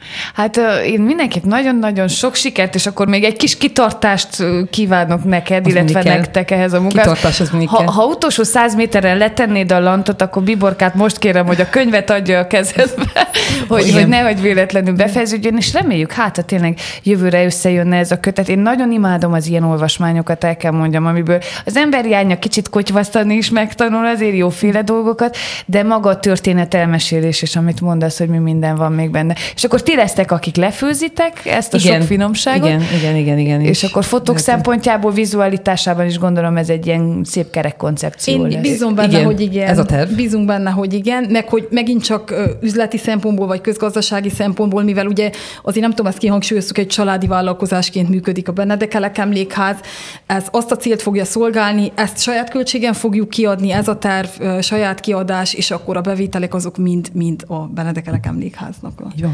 Hát én mindenképp nagyon-nagyon sok sikert, és akkor még egy kis kitartást kívánok neked, az illetve nektek ehhez a munkához. Kitartás, az mindig kell. Ha utolsó 100 méterrel letennéd a lantot, akkor Biborkát most kérem, hogy a könyvet adja a kezedbe, hogy nehogy véletlenül befejeződjön, és reméljük, ha tényleg jövőre összejönne ez a kötet. Én nagyon imádom az ilyen olvasmányokat, el kell mondjam, amiből az ember járja kicsit kotyvasztani is megtanul, azért jóféle dolgokat, de maga a történet elmesélés, és amit mondasz, hogy mi minden van még benne. És akkor ti lesztek, akik lefőzitek ezt a sok finomságot. Igen. És akkor fotók szempontjából, vizualitásában is gondolom ez egy ilyen szép kerek koncepció lesz. Én bízom benne, hogy igen. Ez a terv. Bízunk benne, hogy igen, meg hogy megint csak üzleti szempontból, vagy közgazdasági szempontból, mivel ugye azért nem tudom, ezt kihangsúlyoztuk, egy családi vállalkozásként működik a Benedek Emlékház. Ez azt a célt fogja szolgálni, ezt saját költségen fogjuk kiadni, ez a terv, saját kiadás, és akkor a bevételek azok mind a Benedek Emlékháznak. Jó.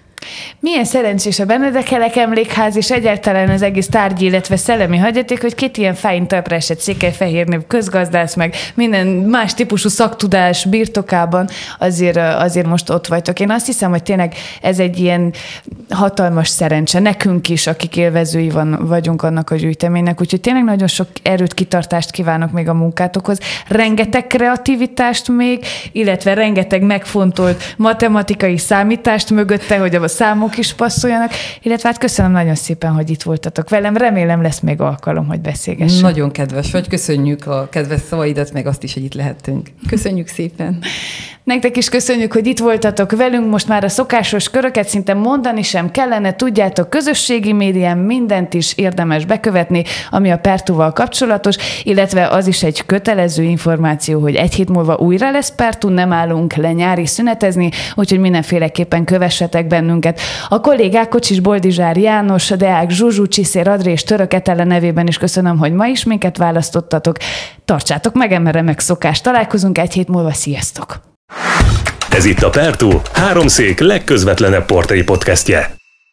Milyen szerencsés a Benedek Emlékház, és egyáltalán az egész tárgyi, illetve szellemi hagyaték, hogy két ilyen fájn talpra esett Székelyfehérnél közgazdász, meg minden más típusú szaktudás birtokában azért most ott vagytok. Én azt hiszem, hogy tényleg ez egy ilyen hatalmas szerencse nekünk is, akik élvezői vagyunk annak a gyűjteménynek, úgyhogy tényleg nagyon sok erőt, kitartást kívánok még a munkátokhoz. Rengeteg kreativitást még, illetve rengeteg megfontolt matematikai számítást mögötte, hogy a számok is passzoljanak, illetve hát köszönöm nagyon szépen, hogy itt voltatok velem. Remélem lesz még alkalom, hogy beszélgessünk. Nagyon kedves vagy, köszönjük a kedves szavaidat, meg azt is, hogy itt lehettünk. Köszönjük szépen. Nektek is köszönjük, hogy itt voltatok velünk. Most már a szokásos köröket szinte mondani sem kellene. Tudjátok, közösségi médián mindent is érdemes bekövetni, ami a Pertúval kapcsolatos, illetve az is egy kötelező információ, hogy egy hét múlva újra lesz Pertú, nem állunk le nyári szünetezni, úgyhogy mindenféleképpen kövessetek bennünket. A kollégák Kocsis Boldizsár János, Deák Zsuzsu, Csiszér Adré és Török Etele nevében is köszönöm, hogy ma is minket választottatok. Tartsátok meg eme remek szokást. Találkozunk egy hét múlva. Sziasztok! Ez itt a Pertú, háromszék legközvetlenebb portré podcastje.